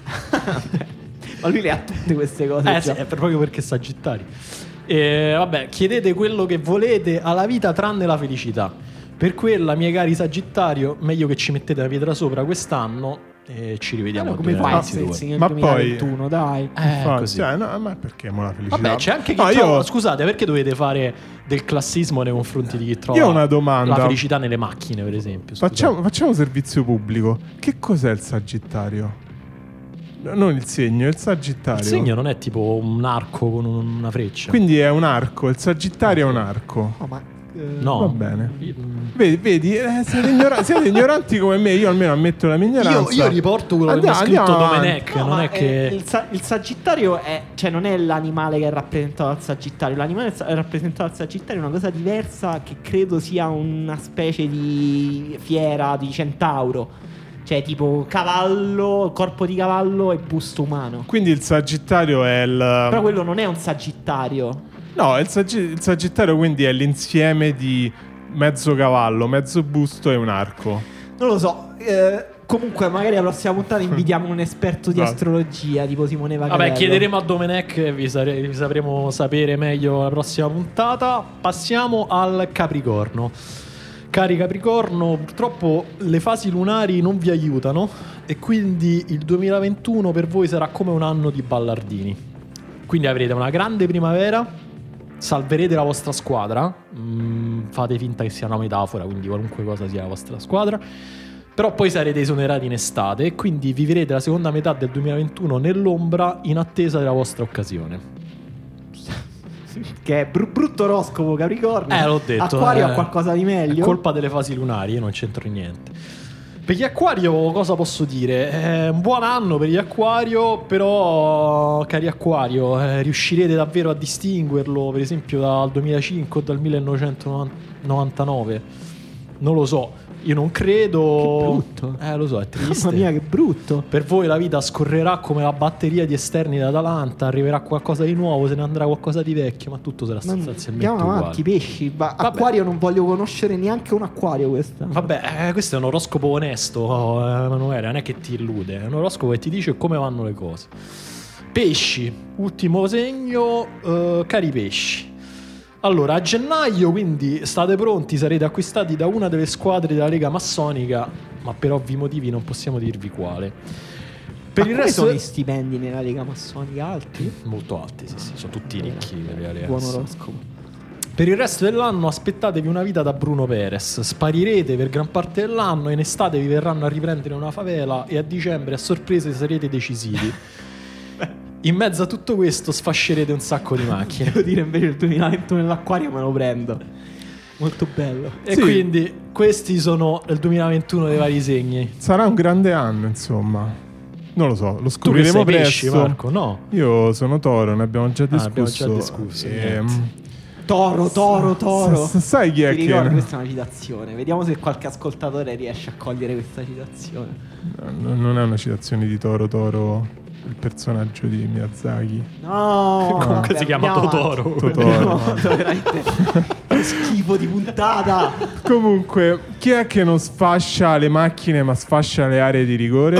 Ma lui le ha tutte queste cose. Sì, è proprio perché è Sagittario. Vabbè, chiedete quello che volete alla vita tranne la felicità. Per quella, miei cari Sagittario, meglio che ci mettete la pietra sopra quest'anno e ci rivediamo. Come fai se il segno del 2021, dai. Così. No, ma perché mo la felicità? Vabbè, c'è anche chi scusate, perché dovete fare del classismo nei confronti di chi trova Io ho una domanda. la felicità nelle macchine, per esempio? Facciamo servizio pubblico. Che cos'è il Sagittario? Non il segno, il Sagittario. Il segno non è tipo un arco con una freccia. Quindi è un arco, il Sagittario è un arco. No, ma no. Va bene. Vedi, siete ignoranti come me. Io almeno ammetto la mia ignoranza. Io riporto quello che mi ha scritto Domenech. No, non è che il Sagittario è, cioè non è l'animale che è rappresentato dal Sagittario. L'animale è rappresentato dal Sagittario è una cosa diversa, che credo sia una specie di fiera di centauro. Cioè tipo cavallo, corpo di cavallo e busto umano. Quindi il Sagittario è il... Però quello non è un Sagittario. No, il Sagittario quindi è l'insieme di mezzo cavallo, mezzo busto e un arco. Non lo so. Comunque magari alla prossima puntata invitiamo un esperto di astrologia tipo Simone Vaccarello. Vabbè, chiederemo a Domenech e vi sapremo sapere meglio la prossima puntata. Passiamo al Capricorno. Cari Capricorno, purtroppo le fasi lunari non vi aiutano e quindi il 2021 per voi sarà come un anno di ballardini. Quindi avrete una grande primavera, salverete la vostra squadra, fate finta che sia una metafora, quindi qualunque cosa sia la vostra squadra, però poi sarete esonerati in estate e quindi vivrete la seconda metà del 2021 nell'ombra in attesa della vostra occasione. Che è brutto oroscopo Capricorno. L'ho detto. Acquario ha qualcosa di meglio. È colpa delle fasi lunari, io non c'entro niente. Per gli Acquario cosa posso dire? È un buon anno per gli Acquario, però cari Acquario, riuscirete davvero a distinguerlo per esempio dal 2005 o dal 1999? Non lo so. Io non credo. Che brutto. Lo so, è triste. Mamma mia, che brutto. Per voi la vita scorrerà come la batteria di esterni d'Atalanta, arriverà qualcosa di nuovo, se ne andrà qualcosa di vecchio, ma tutto sarà sostanzialmente andiamo uguale. avanti, pesci. Acquario non voglio conoscere neanche un acquario questa. Vabbè, questo è un oroscopo onesto, Emanuele, non è che ti illude, è un oroscopo che ti dice come vanno le cose. Pesci, ultimo segno, cari pesci. Allora, a gennaio, quindi state pronti, sarete acquistati da una delle squadre della Lega Massonica, ma per ovvi motivi non possiamo dirvi quale. Per il resto sono i stipendi nella Lega Massonica alti? Molto alti, sì, sono tutti ricchi. Buon oroscopo. Per il resto dell'anno aspettatevi una vita da Bruno Perez. Sparirete per gran parte dell'anno, in estate vi verranno a riprendere una favela e a dicembre a sorpresa sarete decisivi. In mezzo a tutto questo sfascerete un sacco di macchine. Devo dire invece il 2021 nell'acquario me lo prendo. Molto bello. E quindi questi sono il 2021 dei vari segni. Sarà un grande anno, insomma. non lo so, lo Tu che scopriremo sei pesci, presto. Marco? No. Io sono Toro, ne abbiamo già discusso. Abbiamo già discusso, niente. Toro. Sai chi è Ti che... ricordo, questa è una citazione. Vediamo se qualche ascoltatore riesce a cogliere questa citazione. No, non è una citazione di Toro, il personaggio di Miyazaki. No, Comunque si chiama Totoro. No, veramente che schifo di puntata. Comunque, chi è che non sfascia le macchine ma sfascia le aree di rigore?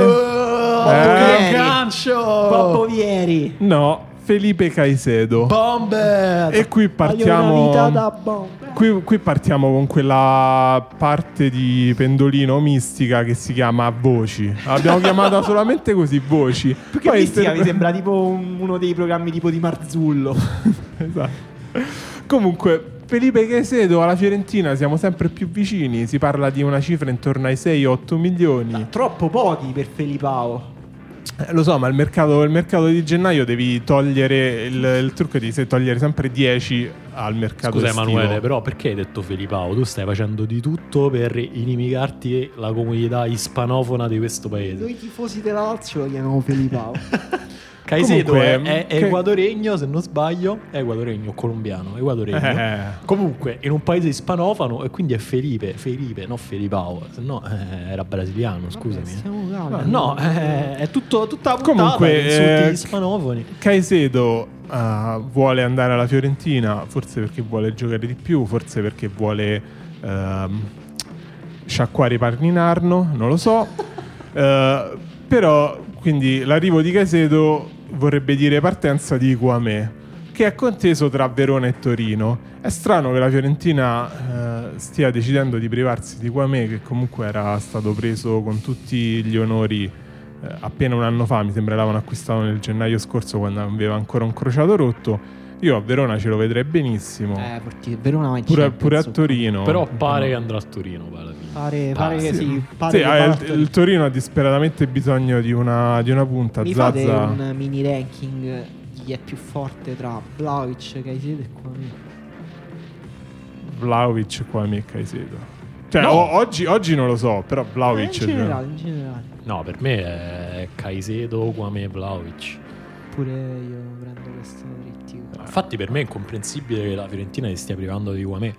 Bobbo Vieri. No, Felipe Caicedo. Bomber. E qui Voglio una vita da partiamo. bomba. Qui partiamo con quella parte di pendolino mistica che si chiama voci. L'abbiamo chiamata solamente così, voci. Perché mistica mi sembra tipo uno dei programmi tipo di Marzullo. Esatto. Comunque, Felipe Caicedo alla Fiorentina siamo sempre più vicini. Si parla di una cifra intorno ai 6-8 milioni. Troppo pochi per Felipao. Lo so, ma il mercato di gennaio devi togliere il trucco di togliere sempre 10 al mercato Scusa estivo. Emanuele, però perché hai detto Felipao? Tu stai facendo di tutto per inimicarti la comunità ispanofona di questo paese. Noi tifosi della Lazio lo chiamiamo Felipao. Caicedo Comunque, è equadoregno, se non sbaglio. È equadoregno, colombiano, equadoregno. Comunque in un paese ispanofano e quindi è Felipe, non Felipao. Se no era brasiliano, scusami. Siamo calmi. No, è tutta la puntata Comunque, di insulti ispanofoni. Caicedo vuole andare alla Fiorentina, forse perché vuole giocare di più, forse perché vuole sciacquare i panni in Arno, non lo so. Però, quindi, l'arrivo di Caicedo vorrebbe dire partenza di Kouamé, che è conteso tra Verona e Torino. È strano che la Fiorentina stia decidendo di privarsi di Kouamé, che comunque era stato preso con tutti gli onori appena un anno fa. Mi sembra l'avevano acquistato nel gennaio scorso, quando aveva ancora un crociato rotto. Io a Verona ce lo vedrei benissimo. Verona Pure a Torino. Però pare che andrà a Torino poi alla fine. Pare che sì. Sì, il Torino ha disperatamente bisogno di una punta. Mi Zaza. fate un mini ranking di chi è più forte tra Vlahovic, Caicedo e Kouamé? Vlahovic, Kouamé e Caicedo. Cioè, No. oggi non lo so, però Vlahovic In generale. No, per me è Caicedo, Kouamé, Vlahovic. Pure io prendo questo trittico. Infatti per me è incomprensibile che la Fiorentina si stia privando di Kouamé.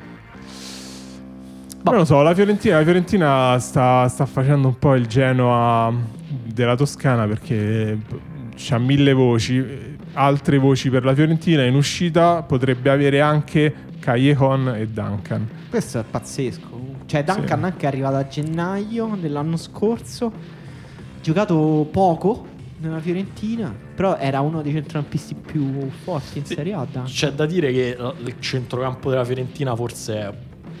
Non lo so, la Fiorentina sta facendo un po' il Genoa della Toscana, perché c'ha 1000 voci, altre voci per la Fiorentina. In uscita potrebbe avere anche Callejon e Duncan. Questo è pazzesco. Cioè Duncan Sì. anche è arrivato a gennaio dell'anno scorso, giocato poco nella Fiorentina, però era uno dei centrocampisti più forti in Serie A. Duncan. C'è da dire che il centrocampo della Fiorentina forse è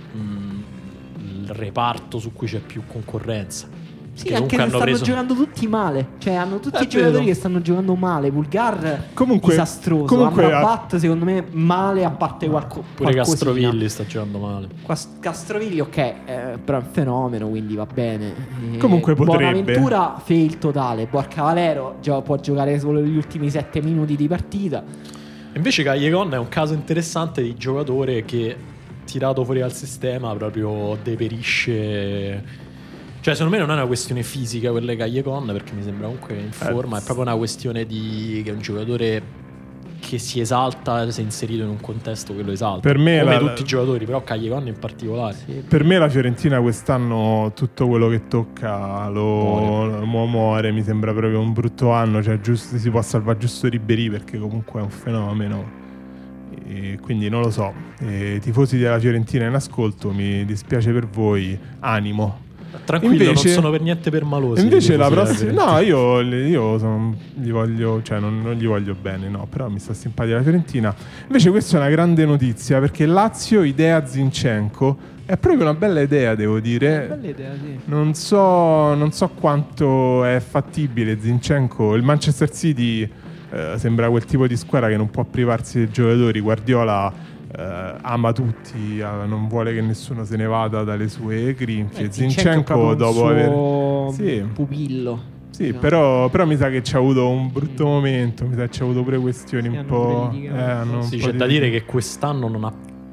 il reparto su cui c'è più concorrenza. Sì, Che anche comunque se hanno stanno preso- giocando tutti male. Cioè hanno tutti È i giocatori vero. che stanno giocando male. Vulgar Comunque- disastroso. comunque- Amrabat secondo me male, a parte Pure qualcosina. Castrovilli sta giocando male. Castrovilli ok, però è un fenomeno, quindi va bene. Comunque potrebbe. Bonaventura fail totale. Borca Valero può giocare solo gli ultimi 7 minuti di partita. Invece Callejon è un caso interessante di giocatore che, tirato fuori dal sistema, proprio deperisce. Cioè, secondo me non è una questione fisica quella di Callejon, perché mi sembra comunque in forma. È proprio una questione di che è un giocatore che si esalta se inserito in un contesto che lo esalta. Per me come la- tutti i giocatori, però Callejon in particolare. Per me la Fiorentina quest'anno tutto quello che tocca lo muore. Mi sembra proprio un brutto anno. Cioè, giusto, si può salvare giusto Ribéry, perché comunque è un fenomeno. E quindi non lo so. Tifosi della Fiorentina in ascolto, mi dispiace per voi. Animo. Tranquillo, Invece- non sono per niente permalosi. Invece i la tifosi della prossima, Fiorentina. no, io gli voglio, cioè non gli voglio bene, no, però mi sta simpatica la Fiorentina. Invece questa è una grande notizia, perché Lazio idea Zinchenko è proprio una bella idea, devo dire. Bella idea, sì. Non so quanto è fattibile Zinchenko. Il Manchester City sembra quel tipo di squadra che non può privarsi dei giocatori. Guardiola ama tutti, non vuole che nessuno se ne vada dalle sue grinfie. Zinchenko dopo aver... Sì. pupillo. Sì, No. però mi sa che c'ha avuto un brutto momento. Mi sa che c'ha avuto pure questioni Sì, un hanno po'. pure litigato. Hanno un Sì, po' c'è di- da dire che quest'anno non ha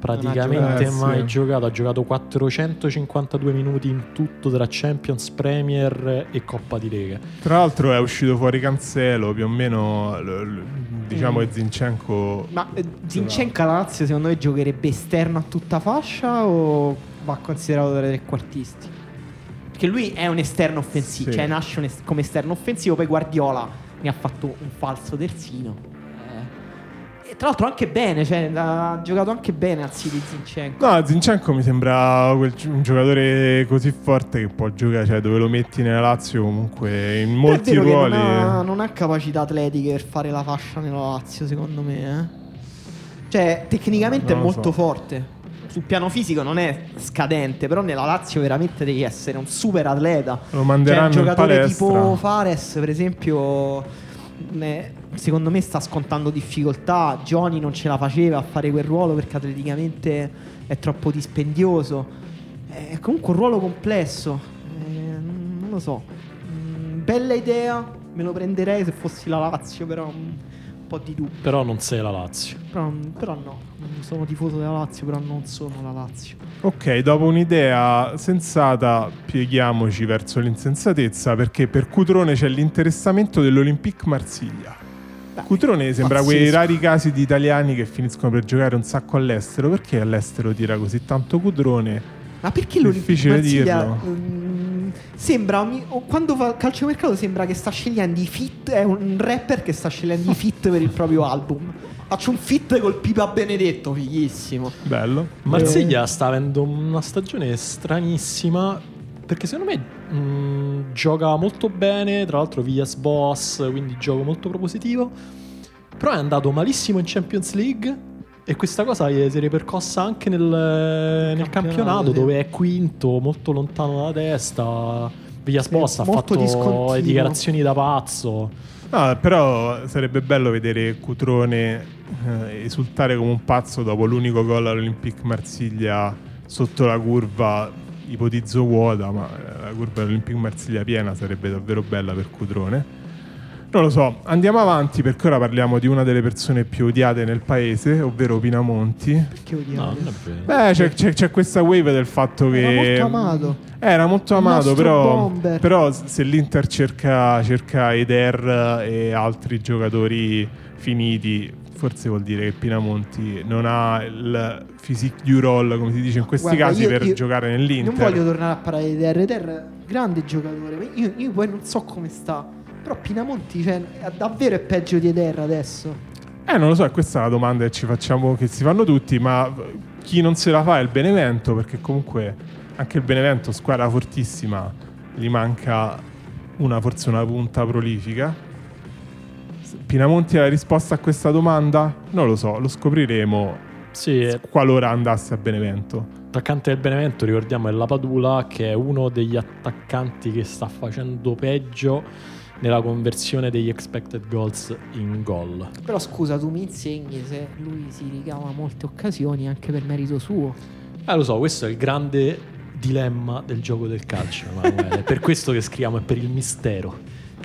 praticamente giocato. mai giocato. Ha giocato 452 minuti in tutto tra Champions, Premier e Coppa di Lega. Tra l'altro è uscito fuori Cancelo, più o meno diciamo che Zinchenko. Ma Zinchenko alla Lazio secondo me giocherebbe esterno a tutta fascia o va considerato tra i trequartisti? Perché lui è un esterno offensivo, Sì. cioè nasce come esterno offensivo, poi Guardiola ne ha fatto un falso terzino. E tra l'altro anche bene, cioè ha giocato anche bene al City Zinchenko. No, Zinchenko mi sembra un giocatore così forte che può giocare, cioè dove lo metti nella Lazio comunque in molti Però è vero ruoli. che non ha capacità atletiche per fare la fascia nella Lazio, secondo me. Cioè, tecnicamente è Non lo molto so. forte. Sul piano fisico non è scadente, però nella Lazio veramente devi essere un super atleta. Lo manderanno Cioè, un in giocatore palestra. tipo Fares, per esempio, secondo me sta scontando difficoltà. Johnny non ce la faceva a fare quel ruolo perché atleticamente è troppo dispendioso. È comunque un ruolo complesso. Non lo so. Bella idea, me lo prenderei se fossi la Lazio, però un po' di dubbio. Però non sei la Lazio. Però no, sono tifoso della Lazio, però non sono la Lazio. Ok, dopo un'idea sensata, pieghiamoci verso l'insensatezza, perché per Cutrone c'è l'interessamento dell'Olympique Marsiglia. Dai, Cutrone sembra pazzesco. quei rari casi di italiani che finiscono per giocare un sacco all'estero. Perché all'estero tira così tanto Cutrone? Ma perché l'Olympique Difficile Marsiglia dirlo. sembra quando fa calciomercato sembra che sta scegliendo i feat, è un rapper che sta scegliendo i feat per il proprio album. Faccio un feat col Pipa Benedetto, fighissimo. Bello. Marsiglia sta avendo una stagione stranissima, perché secondo me gioca molto bene, tra l'altro Villas Boas, quindi gioco molto propositivo, però è andato malissimo in Champions League e questa cosa si è ripercossa anche nel campionato, sì. dove è quinto, molto lontano dalla testa. Villas Sì, Boas ha molto fatto discontinuo. le dichiarazioni da pazzo. No, però sarebbe bello vedere Cutrone esultare come un pazzo dopo l'unico gol all'Olympique Marsiglia sotto la curva, ipotizzo vuota, ma la curva dell'Olympique Marsiglia piena sarebbe davvero bella per Cutrone. Non lo so, andiamo avanti perché ora parliamo di una delle persone più odiate nel paese, ovvero Pinamonti. Perché odiare? No, non è vero. Beh, c'è questa wave del fatto che Era molto amato. Era molto Il amato, nostro bomber. però se l'Inter cerca Eder e altri giocatori finiti, forse vuol dire che Pinamonti non ha il physique du rôle, come si dice in questi Guarda, casi, io per giocare nell'Inter. Non voglio tornare a parlare di Der, grande giocatore. Ma io poi non so come sta. Però Pinamonti, cioè, davvero è peggio di Eder adesso. Non lo so, questa è la domanda che ci facciamo, che si fanno tutti, ma chi non se la fa è il Benevento, perché comunque anche il Benevento, squadra fortissima, gli manca forse una punta prolifica. Pinamonti è la risposta a questa domanda? Non lo so, lo scopriremo Sì, qualora andasse a Benevento. L'attaccante del Benevento, ricordiamo, è la Padula, che è uno degli attaccanti che sta facendo peggio nella conversione degli expected goals in gol. Però scusa, tu mi insegni se lui si ricava molte occasioni anche per merito suo. Lo so, questo è il grande dilemma del gioco del calcio, Emanuele. È per questo che scriviamo, è per il mistero.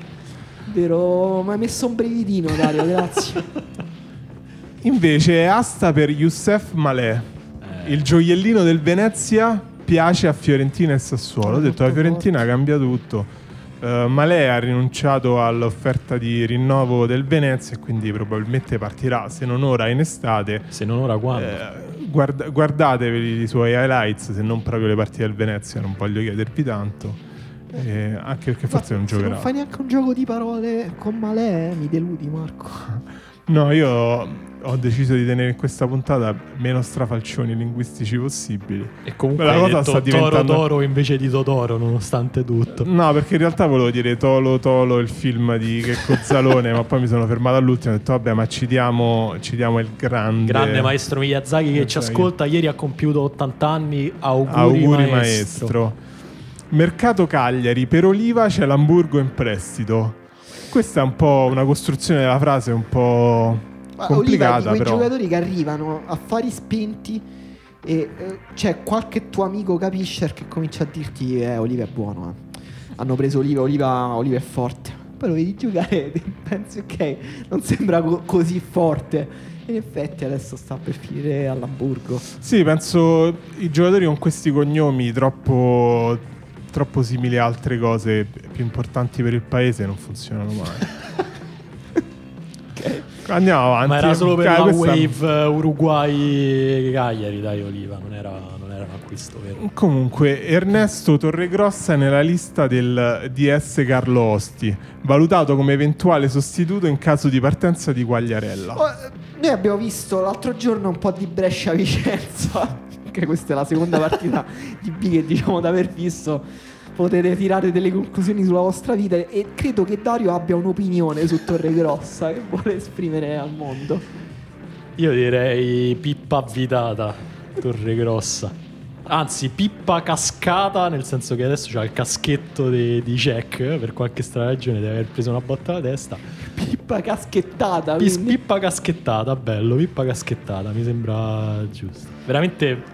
Vero, mi hai messo un brividino, Dario, grazie. Invece è asta per Youssef Malé, il gioiellino del Venezia, piace a Fiorentina e Sassuolo. Ho detto la Fiorentina cambia tutto. Malé ha rinunciato all'offerta di rinnovo del Venezia e quindi probabilmente partirà, se non ora in estate. Se non ora quando? Guardatevi i suoi highlights, se non proprio le partite del Venezia, non voglio chiedervi tanto, anche perché forse non Se giocherà. non fai neanche un gioco di parole con Malè, mi deludi, Marco. No, io ho deciso di tenere in questa puntata meno strafalcioni linguistici possibili. E comunque La hai cosa detto sta diventando- Toro invece di Totoro, nonostante tutto. No, perché in realtà volevo dire Tolo, il film di Checco Zalone, ma poi mi sono fermato all'ultimo e ho detto vabbè, ma ci diamo il Grande maestro Miyazaki che ci ascolta, ieri ha compiuto 80 anni, auguri maestro. Mercato Cagliari, per Oliva c'è l'Hamburgo in prestito. Questa è un po' una costruzione della frase un po' complicata, Oliva, di quei però giocatori che arrivano affari spenti e c'è qualche tuo amico capisce che comincia a dirti Oliva è buono. Hanno preso Oliva è forte. poi lo vedi giocare e pensi ok, non sembra così forte. In effetti adesso sta per finire all'Hamburgo. Sì, penso i giocatori con questi cognomi troppo simili a altre cose più importanti per il paese non funzionano mai. Ok. Andiamo avanti. Ma era solo per la Questa- Wave Uruguay-Cagliari, dai, Oliva, non era un acquisto vero. Comunque, Ernesto Torregrossa è nella lista del DS Carlo Osti, valutato come eventuale sostituto in caso di partenza di Quagliarella. Noi abbiamo visto l'altro giorno un po' di Brescia-Vicenza, che questa è la seconda partita di B che diciamo di aver visto. Potete tirare delle conclusioni sulla vostra vita e credo che Dario abbia un'opinione su Torregrossa che vuole esprimere al mondo. Io direi pippa avvitata, Torregrossa. Anzi, pippa cascata, nel senso che adesso c'ha il caschetto di Cech, per qualche strana ragione deve aver preso una botta alla testa. Pippa caschettata. quindi. Pippa caschettata, bello, pippa caschettata, mi sembra giusto. Veramente...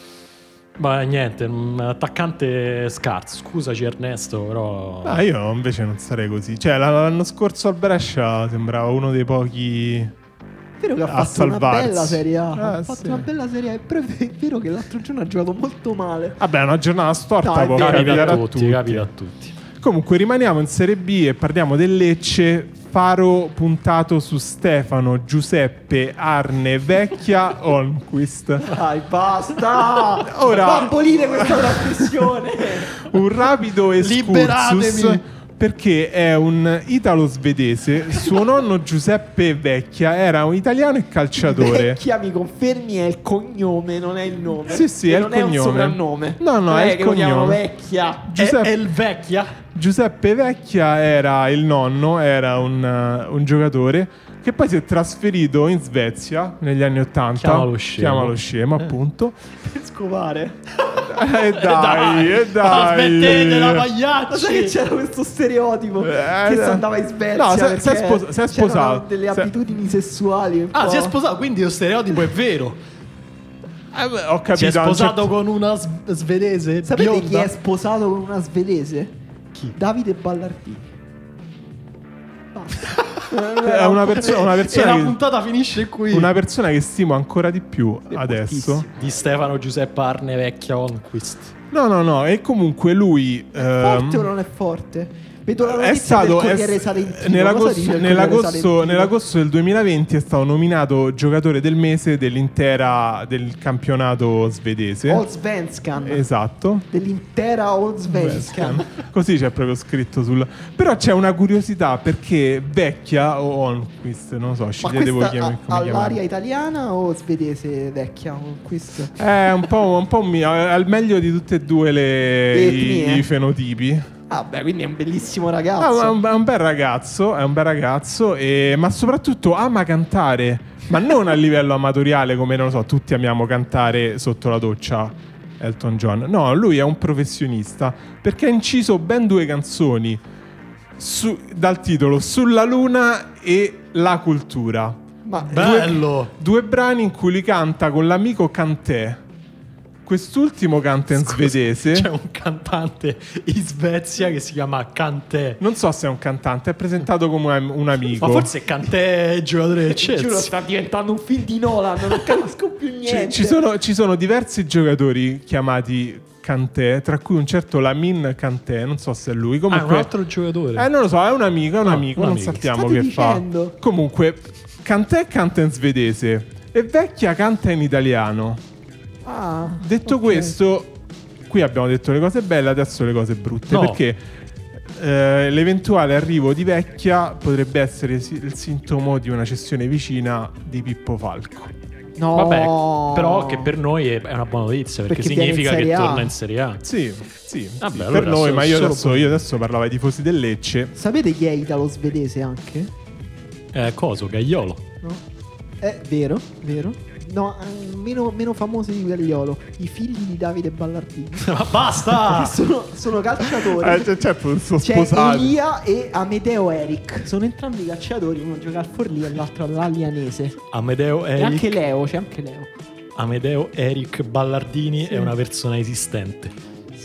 Ma niente, un attaccante scarso. Scusaci Ernesto, però... Ah, io invece non sarei così. Cioè, l'anno scorso al Brescia sembrava uno dei pochi Vero che ha a fatto una salvarsi. bella Serie A. Ha fatto sì. una bella Serie A. Però è vero che l'altro giorno ha giocato molto male. Vabbè, una giornata storta No, è può vero. capitare a tutti. Capita a tutti. Comunque rimaniamo in Serie B e parliamo del Lecce. Faro puntato su Stefano, Giuseppe, Arne, Vecchia, Holmquist. Dai, basta. Ora- Va a abolire questa trasmissione. Un rapido excursus Liberatemi. perché è un italo-svedese. Suo nonno Giuseppe Vecchia era un italiano e calciatore. Vecchia, mi confermi, è il cognome, non è il nome. Sì, E è il non è un cognome. soprannome. No, Non è il che lo chiamano cognome. Vecchia. Giuseppe- È il vecchia? Giuseppe Vecchia era il nonno, era un giocatore che poi si è trasferito in Svezia negli anni '80. Chiamalo scemo. Appunto. Per scopare. Dai. Ma smettete la Ma sai che pagliacci! c'era questo stereotipo che si andava in Svezia? No, si è perché sposato. c'erano delle abitudini sessuali un Ah, po'. si è sposato, quindi lo stereotipo è vero. Ho capito. Si è a un sposato certo- con una svedese Sapete bionda? chi è sposato con una svedese? Chi? Davide Ballardini. Basta. È una persona E la che, puntata finisce qui. una persona che stimo ancora di più adesso. fortissimo. Di Stefano Giuseppe Arne Vecchia Conquist. No. E comunque lui. Forte o non è forte? Vedo la È notizia stato del Corriere Salentino. Cosa dice nell'agosto, il Corriere nell'agosto, Salentino? nell'agosto del 2020 è stato nominato giocatore del mese del campionato svedese. Allsvenskan. Esatto. Dell'intera Allsvenskan. Così c'è proprio scritto sul. Però c'è una curiosità perché Vecchia o Holmquist, non lo so, Ma scegliete voi questa come ha l'aria chiamarlo. italiana o svedese vecchia? Questo. È un po' al meglio di tutte e due etnie. i fenotipi. Ah, beh, quindi è un bellissimo Ah, ragazzo. è un bel ragazzo, ma soprattutto ama cantare, ma non a livello amatoriale come, non lo so, tutti amiamo cantare sotto la doccia Elton John. No, lui è un professionista perché ha inciso ben 2 canzoni dal titolo Sulla Luna e La Cultura. Ma Bello! 2 brani in cui lui canta con l'amico Cantè. Quest'ultimo canta in svedese. C'è un cantante in Svezia che si chiama Cantè. Non so se è un cantante, è presentato come un amico. Ma forse Cantè è il giocatore del giuro, Chelsea. sta diventando un film di Nolan. Non capisco più niente. Ci sono diversi giocatori chiamati Cantè, tra cui un certo Lamin Cantè, non so se è lui. Ah, è Comunque, un altro giocatore. non lo so, è un amico, un non amico. sappiamo State che dicendo? fa. Comunque, Cantè canta in svedese e Vecchia canta in italiano. Ah, Detto ok. questo, qui abbiamo detto le cose belle, adesso le cose brutte. No. Perché l'eventuale arrivo di Vecchia potrebbe essere il sintomo di una cessione vicina di Pippo Falco. No. Vabbè, però che per noi è una buona notizia perché Perché viene in significa che Serie A. torna in Serie A. Sì. Vabbè, per allora noi, ma io solo adesso parlavo ai tifosi del Lecce. Sapete chi è italo-svedese anche? Coso, Gaiolo. No? È vero, vero. No, meno famoso di Gagliolo. I figli di Davide Ballardini. Ma basta! sono calciatori. Certo, sono C'è sposati. Elia e Amedeo Eric. Sono entrambi calciatori. Uno gioca al Forlì e l'altro all'Alianese. Amedeo E anche Eric, Leo, c'è anche Leo. Amedeo Eric Ballardini Sì. è una persona esistente. Sì,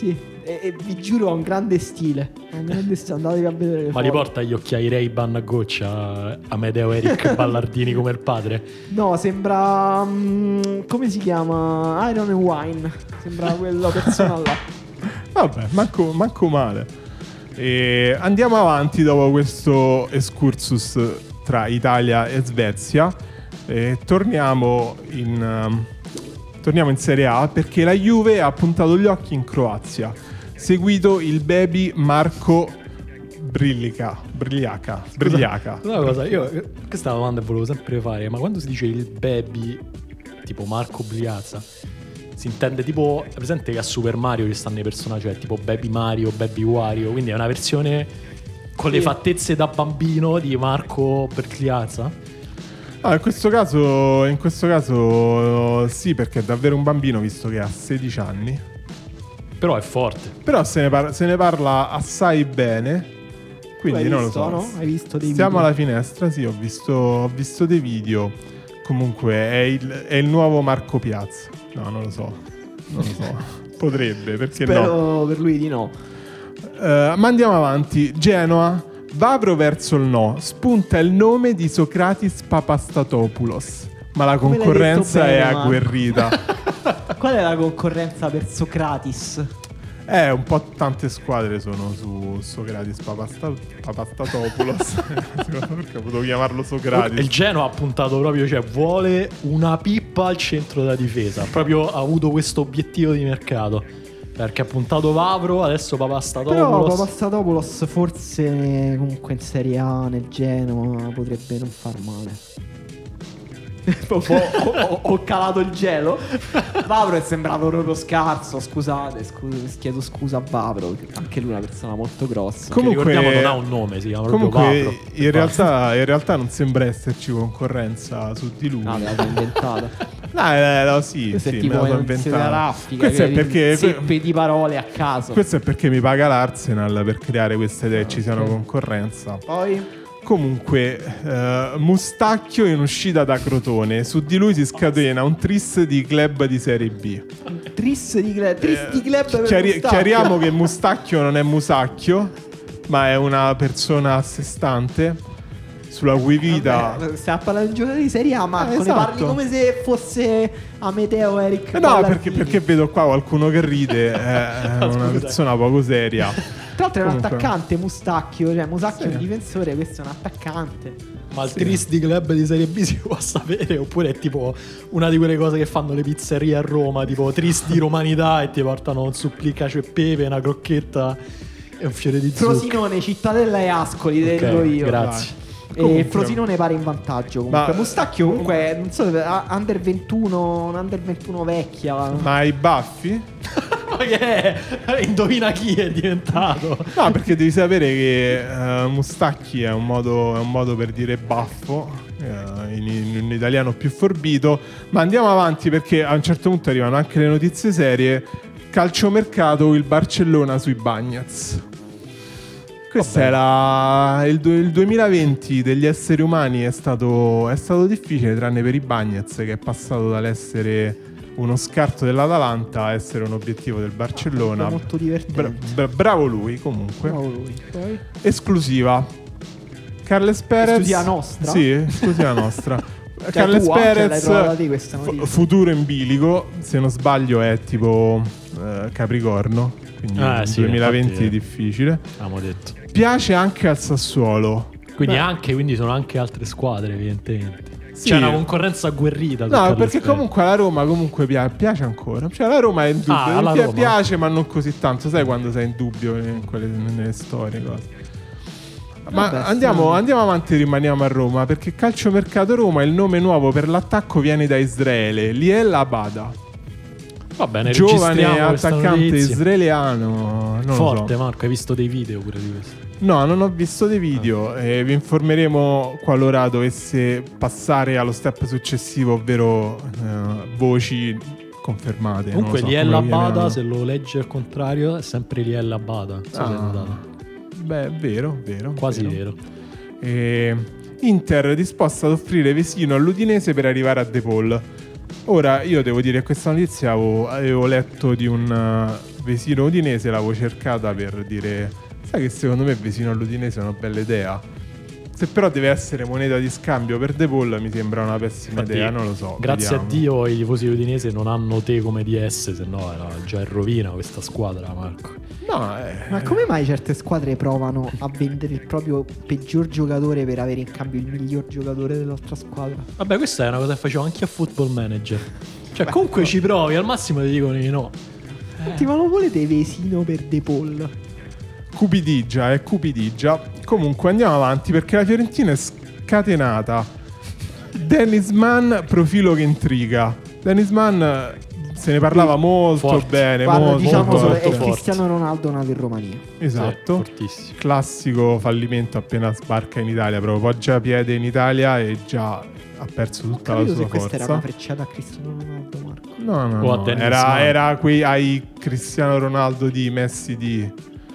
E vi giuro, ha un grande stile. Andatevi a vedere. Ma li porta gli occhiali Ray-Ban a goccia Amedeo Eric Ballardini come il padre? No, sembra. Come si chiama? Iron and Wine. Sembra quella persona là. Vabbè, manco male. E andiamo avanti dopo questo excursus tra Italia e Svezia. E torniamo in Serie A, perché la Juve ha puntato gli occhi in Croazia. Seguito il baby Marco Brigliaca. Una cosa, io questa domanda volevo sempre fare, ma quando si dice il baby tipo Marco Brigliaca, si intende tipo, è presente che a Super Mario ci stanno i personaggi, cioè tipo Baby Mario, Baby Wario, quindi è una versione con le fattezze da bambino di Marco Brigliaca? In questo caso sì, perché è davvero un bambino, visto che ha 16 anni. Però è forte. Però se ne parla assai bene. Quindi non visto, lo so. No? Hai visto dei Stiamo video? alla finestra, sì, ho visto dei video. Comunque è il nuovo Marco Piazza. No, non lo so. Potrebbe, perché Spero per lui di no. Ma andiamo avanti. Genoa. Vavro verso il no. Spunta il nome di Socratis Papastatopoulos. Ma la Come l'hai concorrenza detto bene, è Marco? agguerrita. Qual è la concorrenza per Socratis? Un po' tante squadre sono su Socratis Papastatopoulos. Perché potevo chiamarlo Socratis. Il Genoa ha puntato proprio, cioè vuole una pippa al centro della difesa. Proprio ha avuto questo obiettivo di mercato. Perché ha puntato Vavro, adesso Papastatopoulos. Però Papastatopoulos forse comunque in Serie A nel Genoa potrebbe non far male. ho calato il gelo. Vavro è sembrato proprio scarso. Chiedo scusa a Vavro, anche lui è una persona molto grossa. Comunque, ricordiamo non ha un nome, si chiama proprio Vavro. In realtà non sembra esserci concorrenza su di lui. No, l'aveva inventata. No, sì, Questo sì, è me tipo la so una inventata. raffica. Questo è perché seppe di parole a caso. questo è perché mi paga l'Arsenal per creare queste idee, ci siano ok. concorrenza. Poi Comunque, Mustacchio in uscita da Crotone. Su di lui si scatena un tris di club di Serie B. Tris di club per Mustacchio. Chiariamo che Mustacchio non è Musacchio, ma è una persona a sé stante, sulla cui vita... Vabbè, stiamo parlando di giocatori di Serie A, Marco. Esatto. Ne parli come se fosse Amedeo Eric No, Ballardini. perché vedo qua qualcuno che ride, è una persona poco seria. Tra l'altro è un Comunque. attaccante Mustacchio. Cioè Musacchio è Sì. un difensore, questo è un attaccante. Ma il tris di club di Serie B si può sapere? Oppure è tipo una di quelle cose che fanno le pizzerie a Roma, tipo tris di romanità, e ti portano un supplì cacio e pepe, una crocchetta e un fiore di zucca. Frosinone, Cittadella e Ascoli, te lo dico. grazie. E Comunque. Frosinone pare in vantaggio comunque. Ma- Mustacchio comunque, non so, under 21 vecchia. Ma i baffi? Ma che è? Indovina chi è diventato? No, perché devi sapere che Mustacchi è un modo per dire baffo, in italiano più forbito. Ma andiamo avanti, perché a un certo punto arrivano anche le notizie serie. Calciomercato, il Barcellona sui Bagnets. Questo è il 2020 degli esseri umani è stato difficile, tranne per i Bagnets, che è passato dall'essere uno scarto dell'Atalanta a essere un obiettivo del Barcellona. Molto divertente. Bravo lui, comunque. Bravo lui. Poi? Esclusiva. Carles Perez. Esclusiva nostra? Sì, esclusiva nostra. Cioè, Carles tu anche l'hai Perez, trovata te questa notizia? futuro in bilico, se non sbaglio è tipo Capricorno, quindi Sì, 2020 infatti, è difficile. abbiamo detto. Piace anche al Sassuolo. Quindi sono anche altre squadre, evidentemente. Sì. C'è una concorrenza agguerrita. su No, Carles perché Perez. comunque la Roma comunque piace ancora. Cioè la Roma è in dubbio. alla Roma. Piace, ma non così tanto. Sai quando sei in dubbio nelle storie, cose. Ma Vabbè, andiamo avanti, rimaniamo a Roma, perché calciomercato Roma, il nome nuovo per l'attacco viene da Israele, Liel Abada. Va bene, Giovane registriamo questa attaccante notizia. israeliano. Non Forte, lo so. Marco, hai visto dei video pure di questo? No, non ho visto dei video. Vi informeremo qualora dovesse passare allo step successivo, ovvero voci confermate. Comunque non lo so, Liel come lo Abada, chiamiamo. se lo leggi al contrario, è sempre Liel Abada. Non so se hai notato. Beh, vero. Quasi vero. Inter disposta ad offrire Vesino all'Udinese per arrivare a De Paul. Ora, io devo dire che questa notizia avevo letto di un Vesino Udinese l'avevo cercata per dire, sai che secondo me Vesino all'Udinese è una bella idea. Se però deve essere moneta di scambio per De Paul mi sembra una pessima idea, non lo so. Grazie vediamo. a Dio i tifosi udinese non hanno te come DS, se no era già in rovina questa squadra, Marco. No, Ma come mai certe squadre provano a vendere il proprio peggior giocatore per avere in cambio il miglior giocatore dell'altra squadra? Vabbè, questa è una cosa che facevo anche a Football Manager. Cioè, comunque ci provi, al massimo ti dicono di no. Senti, ma lo volete Vesino per De Paul? Cupidigia. Comunque andiamo avanti perché la Fiorentina è scatenata. Dennis Mann, profilo che intriga. Dennis Mann se ne parlava molto Forte. bene. Guarda, molto, diciamo molto solo, è il forte. Cristiano Ronaldo nato in Romania. Esatto. Fortissimo. Classico fallimento appena sbarca in Italia. Proprio poggia piede in Italia e già ha perso tutta la Capito sua se questa era forza. una frecciata a Cristiano Ronaldo, Marco? No, O a Dennis Mann. era quei ai Cristiano Ronaldo di Messi di.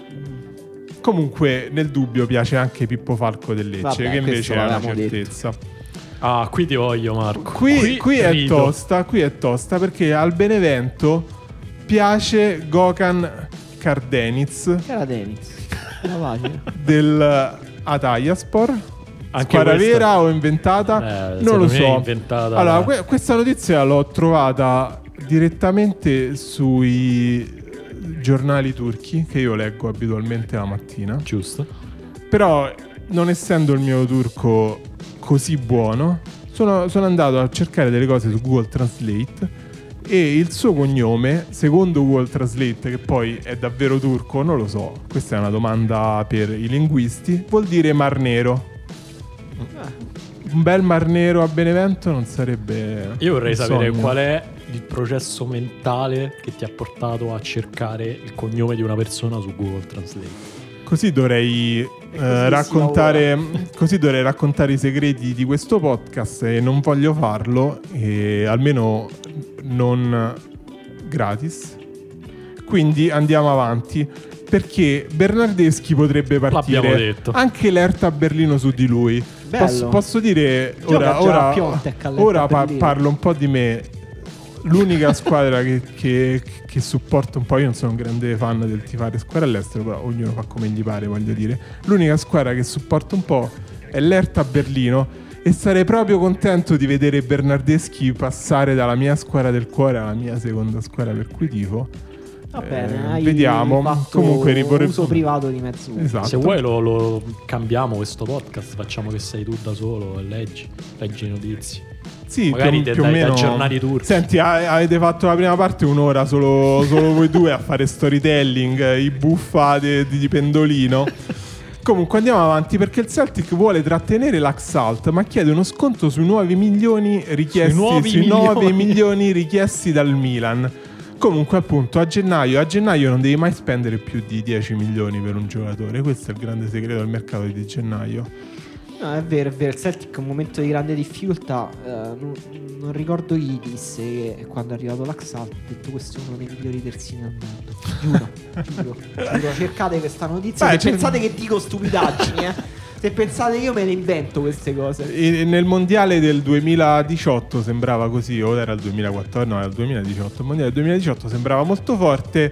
Comunque nel dubbio piace anche Pippo Falco del Lecce, Vabbè, che invece questo è una l'avevamo detto. certezza. Ah, qui ti voglio, Marco. Qui è rido. tosta perché al Benevento piace Gökhan Kardeniz Che era Dennis? La pagina. del Atayaspor. Anche Squadra questa- vera o inventata? Non secondo lo me è so. inventata. Allora, questa notizia l'ho trovata direttamente sui giornali turchi che io leggo abitualmente la mattina. Giusto. Però, non essendo il mio turco così buono, sono andato a cercare delle cose su Google Translate e il suo cognome, secondo Google Translate, che poi è davvero turco, non lo so, questa è una domanda per i linguisti, vuol dire Mar Nero. Un bel Mar Nero a Benevento non sarebbe. Io vorrei un sapere sogno. qual è il processo mentale che ti ha portato a cercare il cognome di una persona su Google Translate. Così dovrei raccontare i segreti di questo podcast e non voglio farlo, e almeno non gratis. Quindi andiamo avanti perché Bernardeschi potrebbe L'abbiamo partire. detto. Anche l'Hertha Berlino su di lui. Bello. Posso dire Gioca già a ora Piontek all'Hertha Berlino. parlo un po' di me. L'unica squadra che supporto un po', io non sono un grande fan del tifare squadre all'estero, però ognuno fa come gli pare, voglio dire. L'unica squadra che supporto un po' è l'Hertha Berlino e sarei proprio contento di vedere Bernardeschi passare dalla mia squadra del cuore alla mia seconda squadra per cui tifo. Va bene, hai vediamo. fatto Comunque uso privato di mezzo. Esatto. Se vuoi lo cambiamo questo podcast, facciamo che sei tu da solo e leggi notizie. Sì, magari più o dai meno. giornali turchi. Senti, avete fatto la prima parte un'ora solo voi due a fare storytelling, i buffate di pendolino. Comunque andiamo avanti perché il Celtic vuole trattenere l'Axalt ma chiede uno sconto sui 9 milioni richiesti, Sui 9 milioni richiesti dal Milan. Comunque appunto a gennaio non devi mai spendere più di 10 milioni per un giocatore. Questo è il grande segreto del mercato di gennaio. No, è vero, il Celtic è un momento di grande difficoltà. Non ricordo chi disse che quando è arrivato l'Axalt ha detto questo è uno dei migliori terzini al mondo. Giuro. Cercate questa notizia. Se pensate che dico stupidaggini, se pensate io me le invento queste cose. E nel mondiale del 2018 sembrava così, o era il 2014, no, era il 2018. Il mondiale del 2018 sembrava molto forte.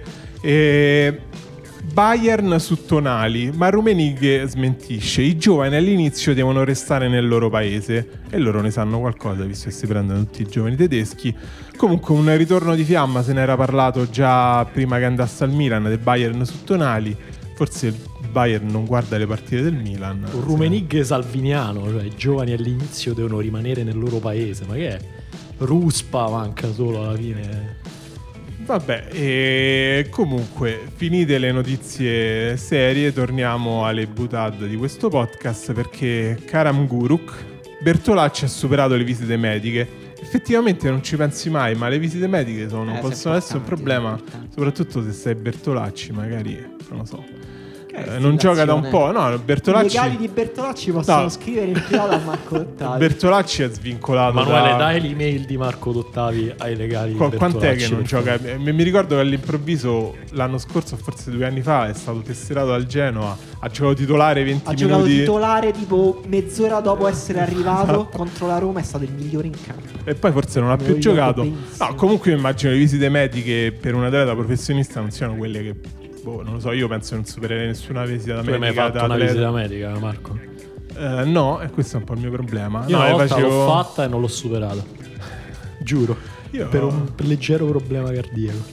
Bayern su Tonali, ma Rummenigge smentisce. I giovani all'inizio devono restare nel loro paese e loro ne sanno qualcosa, visto che si prendono tutti i giovani tedeschi. Comunque un ritorno di fiamma, se ne era parlato già prima che andasse al Milan, del Bayern su Tonali. Forse il Bayern non guarda le partite del Milan. Un Rummenigge salviniano, cioè i giovani all'inizio devono rimanere nel loro paese. Ma che è? Ruspa manca solo alla fine. Vabbè, e comunque finite le notizie serie, torniamo alle butad di questo podcast perché Karam Guruk, Bertolacci ha superato le visite mediche. Effettivamente non ci pensi mai, ma le visite mediche possono essere un problema, soprattutto se sei Bertolacci, magari, non lo so. non gioca da un po'. No, I Bertolacci. legali di Bertolacci possono scrivere in privato a Marco Dottavi. Bertolacci è svincolato. Emanuele, dai l'email di Marco Dottavi ai legali di Bertolacci. Quant'è che non gioca? Mi ricordo che all'improvviso l'anno scorso, forse 2 anni fa, è stato tesserato dal Genoa. Ha giocato titolare 20 minuti. Ha giocato titolare tipo mezz'ora dopo essere arrivato contro la Roma. È stato il migliore in campo. E poi forse non ha più giocato. No, comunque immagino le visite mediche per un atleta professionista non siano quelle che, non lo so, io penso che non supererei nessuna visita medica. Tu hai mai fatto una visita medica, Marco? No, e questo è un po' il mio problema. Io una volta l'ho fatta e non l'ho superata. Giuro. Per un leggero problema cardiaco.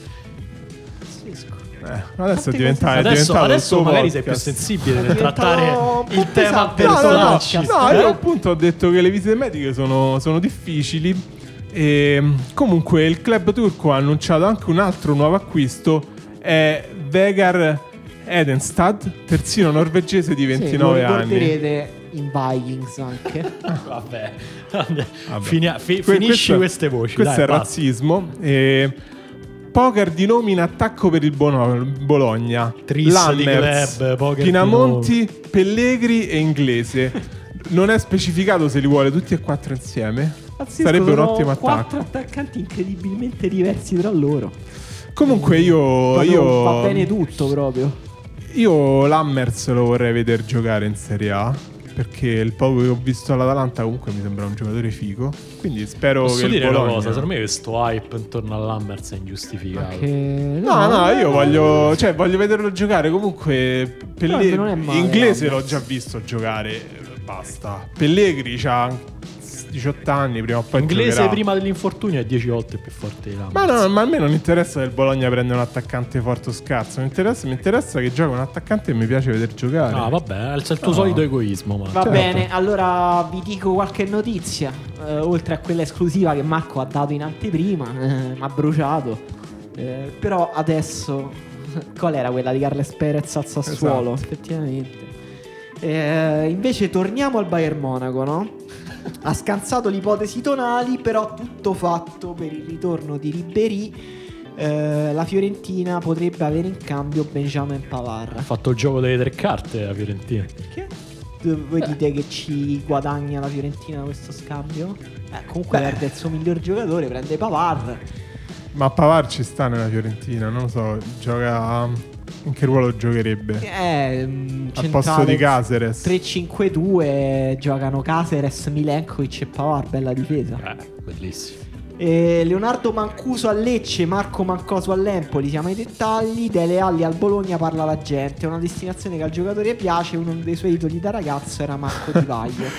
Adesso è diventato adesso magari sei più sensibile nel trattare il tema Bertolacci. No, io appunto ho detto che le visite mediche sono difficili. E comunque il club turco ha annunciato anche un altro nuovo acquisto. È Vegar Edenstad, terzino norvegese di 29 anni. Lo ricorderete in Vikings anche. Vabbè. Finisci queste voci. Questo è razzismo. Poker di nomi in attacco per il Bologna. Lammers, Pinamonti, Pellegri e Inglese. Non è specificato se li vuole tutti e 4 insieme. Sarebbe un ottimo attacco. 4 attaccanti incredibilmente diversi tra loro. Comunque io va bene tutto proprio. Io Lammers lo vorrei vedere giocare in Serie A, perché il poco che ho visto all'Atalanta comunque mi sembra un giocatore figo. Quindi spero Posso che dire il Bologna... una cosa, secondo me questo hype intorno all'Lammers è ingiustificato. No, io voglio vederlo giocare. Comunque non è male, Inglese l'ho già visto giocare, basta. Pellegri c'ha 18 anni, prima o poi Inglese giocherà. Prima dell'infortunio è 10 volte più forte di Lammers. Ma a me non interessa che il Bologna prenda un attaccante forte o scarso. Mi interessa che gioca un attaccante e mi piace vedere giocare. No, vabbè, c'è il tuo solito egoismo. Va bene, allora vi dico qualche notizia. Oltre a quella esclusiva che Marco ha dato in anteprima, mi ha bruciato. Però adesso, qual era quella di Carles Perez al Sassuolo? Esatto. Effettivamente. Invece torniamo al Bayern Monaco, no? Ha scansato le ipotesi tonali, però tutto fatto per il ritorno di Ribéry. La Fiorentina potrebbe avere in cambio Benjamin Pavard. Ha fatto il gioco delle 3 carte la Fiorentina. Perché? Voi dite che ci guadagna la Fiorentina da questo scambio? Comunque perde il suo miglior giocatore, prende Pavard. Ma Pavard ci sta nella Fiorentina, non lo so, gioca... In che ruolo giocherebbe? Al posto di Caceres. 3-5-2, giocano Caceres, Milenkovic e Pavard, bella difesa. Bellissimo. Leonardo Mancuso a Lecce, Marco Mancoso all'Empoli, siamo ai dettagli. Dele Alli al Bologna, parla la gente. È una destinazione che al giocatore piace. Uno dei suoi idoli da ragazzo era Marco Di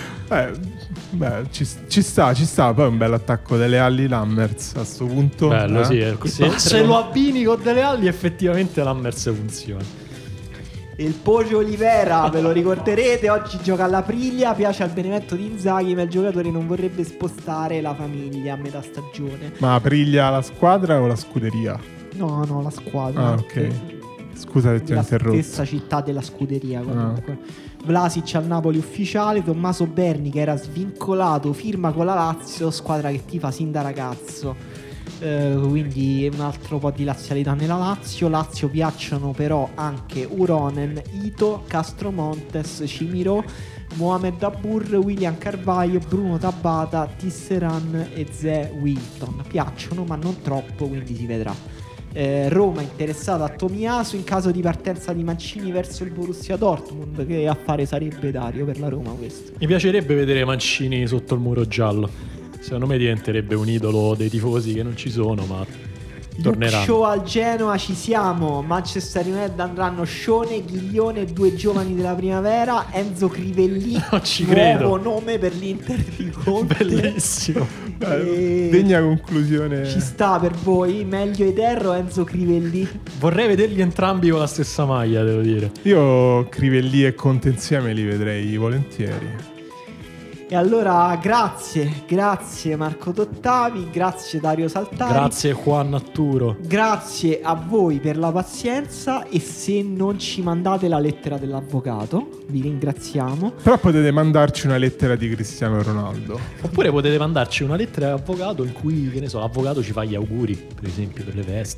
Vaglio. Ci sta. Poi un bel attacco Dele Alli Lammers a sto punto. Bello, sì. Se lo abbini con Dele Alli, effettivamente Lammers funziona. Il Poggio Olivera, ve lo ricorderete, oggi gioca all'Aprilia, piace al Benevento di Inzaghi, ma il giocatore non vorrebbe spostare la famiglia a metà stagione. Ma Aprilia la squadra o la scuderia? No, la squadra. Ok. Scusa se ti ho interrotto. La stessa città della scuderia comunque. Vlasic al Napoli ufficiale, Tommaso Berni che era svincolato, firma con la Lazio, squadra che tifa sin da ragazzo. Quindi un altro po' di lazialità nella Lazio piacciono però anche Uronen, Ito, Castromontes, Cimiro, Mohamed Dabur, William Carvalho, Bruno Tabata, Tisserand e Ze Wilton. Piacciono ma non troppo, quindi si vedrà. Roma interessata a Tomiasu in caso di partenza di Mancini verso il Borussia Dortmund. Che affare sarebbe, Dario, per la Roma questo? Mi piacerebbe vedere Mancini sotto il muro giallo. Secondo me diventerebbe un idolo dei tifosi che non ci sono, ma tornerà. Show al Genoa, ci siamo. Manchester United andranno Scione, Ghiglione, 2 giovani della primavera, Enzo Crivelli, non ci nuovo credo. Nome per l'Inter di Conte. Bellissimo. Degna conclusione. Ci sta per voi, meglio Ederro o Enzo Crivelli? Vorrei vederli entrambi con la stessa maglia, devo dire. Io Crivelli e Conte insieme li vedrei volentieri. E allora grazie Marco Dottavi, grazie Dario Saltari, grazie Juan Atturo, grazie a voi per la pazienza. E se non ci mandate la lettera dell'avvocato vi ringraziamo. Però potete mandarci una lettera di Cristiano Ronaldo, oppure potete mandarci una lettera dell'avvocato in cui, che ne so, l'avvocato ci fa gli auguri, per esempio, per le feste.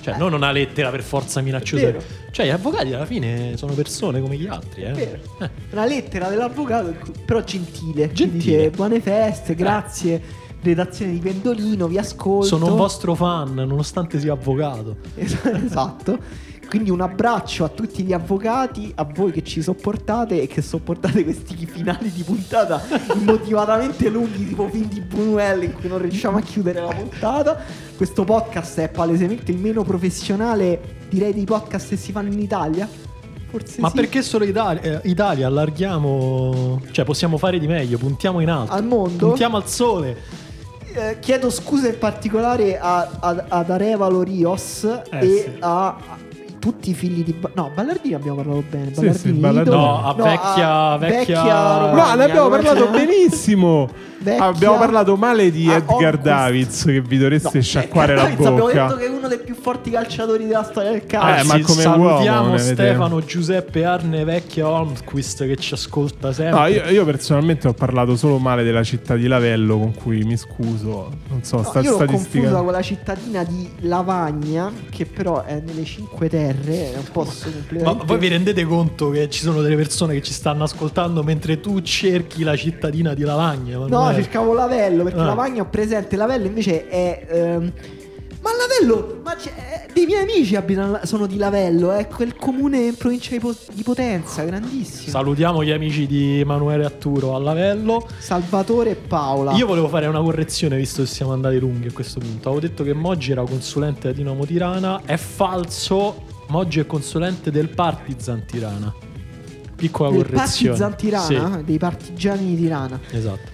Cioè, non una lettera per forza minacciosa. Vero. Cioè, gli avvocati alla fine sono persone come gli altri, Vero. Una lettera dell'avvocato, però gentile. Che Gentile. dice: buone feste, grazie. Redazione di Pendolino, vi ascolto. Sono un vostro fan, nonostante sia avvocato. Esatto. Quindi un abbraccio a tutti gli avvocati, a voi che ci sopportate e che sopportate questi finali di puntata immotivatamente lunghi, tipo film di Buñuel, in cui non riusciamo a chiudere la puntata. Questo podcast è palesemente il meno professionale, direi, dei podcast che si fanno in Italia. Forse Ma sì. perché solo Italia? Allarghiamo. Cioè, possiamo fare di meglio, puntiamo in alto. Al mondo? Puntiamo al sole. Chiedo scusa in particolare ad Arevalo Rios e sì. a tutti i figli di Ballardini abbiamo parlato bene. Sì, Ballardini, sì, Ballardini. idolo. No, a vecchia Romagna, No, ne abbiamo come parlato c'è- benissimo. Vecchia- Abbiamo parlato male di Edgar August. Davids, che vi dovreste No, sciacquare la Davids abbiamo bocca. detto che è uno dei più forti calciatori della storia del calcio. ma come salutiamo uomo, ne Stefano Giuseppe Arne Vecchia Holmquist che ci ascolta sempre. No, io personalmente ho parlato solo male della città di Lavello, con cui mi scuso. Non so, No, sta io l'ho confusa statistica. con la cittadina di Lavagna, che però è nelle Cinque Terre, è un posto Ma completamente... voi vi rendete conto che ci sono delle persone che ci stanno ascoltando mentre tu cerchi la cittadina di Lavagna? No, Emanuele? cercavo Lavello, perché Ah. Lavagna ho presente, Lavello invece è... Ma Lavello, dei miei amici abitano, sono di Lavello, è quel comune in provincia di Potenza, grandissimo. Salutiamo gli amici di Emanuele Atturo a Lavello. Salvatore e Paola. Io volevo fare una correzione visto che siamo andati lunghi a questo punto. Avevo detto che Moggi era consulente da Dinamo Tirana. È falso, Moggi è consulente del Partizan Tirana. Piccola del correzione. Partizan Tirana, Sì, dei partigiani di Tirana. esatto.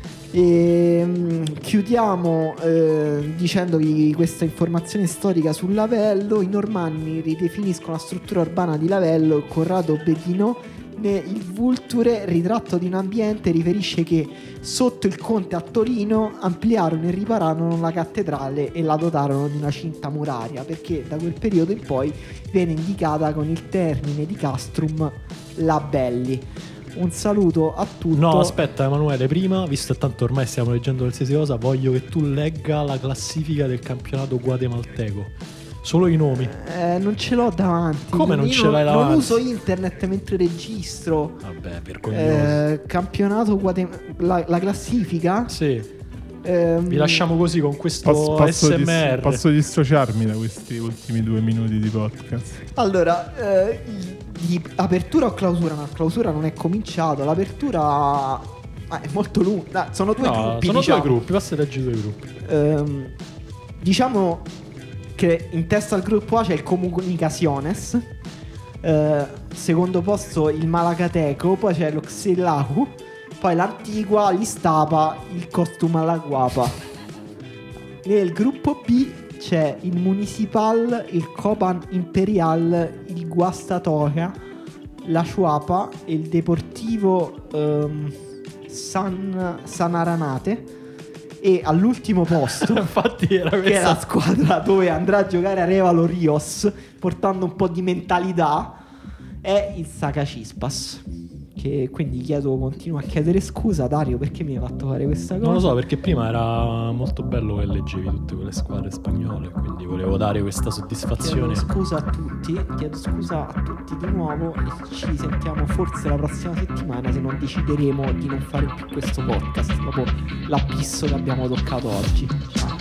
E chiudiamo dicendovi questa informazione storica sul Lavello. I normanni ridefiniscono la struttura urbana di Lavello. Corrado Bedino, il Vulture, ritratto di un ambiente, riferisce che sotto il conte a Torino ampliarono e ripararono la cattedrale e la dotarono di una cinta muraria, perché da quel periodo in poi viene indicata con il termine di castrum labelli. Un saluto a tutti. No, aspetta Emanuele, prima, visto che tanto ormai stiamo leggendo qualsiasi cosa, voglio che tu legga la classifica del campionato guatemalteco. Solo i nomi. Non ce l'ho davanti. Come non Io ce l'hai davanti? Non uso internet mentre registro. Vabbè, vergognoso. Campionato la classifica. Sì, vi lasciamo così con questo Posso SMR. posso dissociarmi da questi ultimi 2 minuti di podcast? Allora, di apertura o clausura? No, la clausura non è cominciato. L'apertura è molto lunga. Sono due No, gruppi. sono diciamo. due gruppi, basta leggere due gruppi. Diciamo che in testa al gruppo A c'è il Comunicaciones, secondo posto il Malacateco, poi c'è lo Xelahu, poi l'Antigua, l'Istapa, il Costum alla Guapa. Nel gruppo B c'è il Municipal, il Copan Imperial, il Guastatoria, la Chuapa e il Deportivo Sanaranate. E all'ultimo posto Infatti era che è la questa. squadra dove andrà a giocare Arevalo Rios, portando un po' di mentalità, è il Sacachispas. Che quindi continuo a chiedere scusa, Dario, perché mi hai fatto fare questa cosa? Non lo so, perché prima era molto bello che leggevi tutte quelle squadre spagnole, quindi volevo dare questa soddisfazione. Chiedo scusa a tutti di nuovo e ci sentiamo forse la prossima settimana, se non decideremo di non fare più questo podcast dopo l'abisso che abbiamo toccato oggi. Ciao.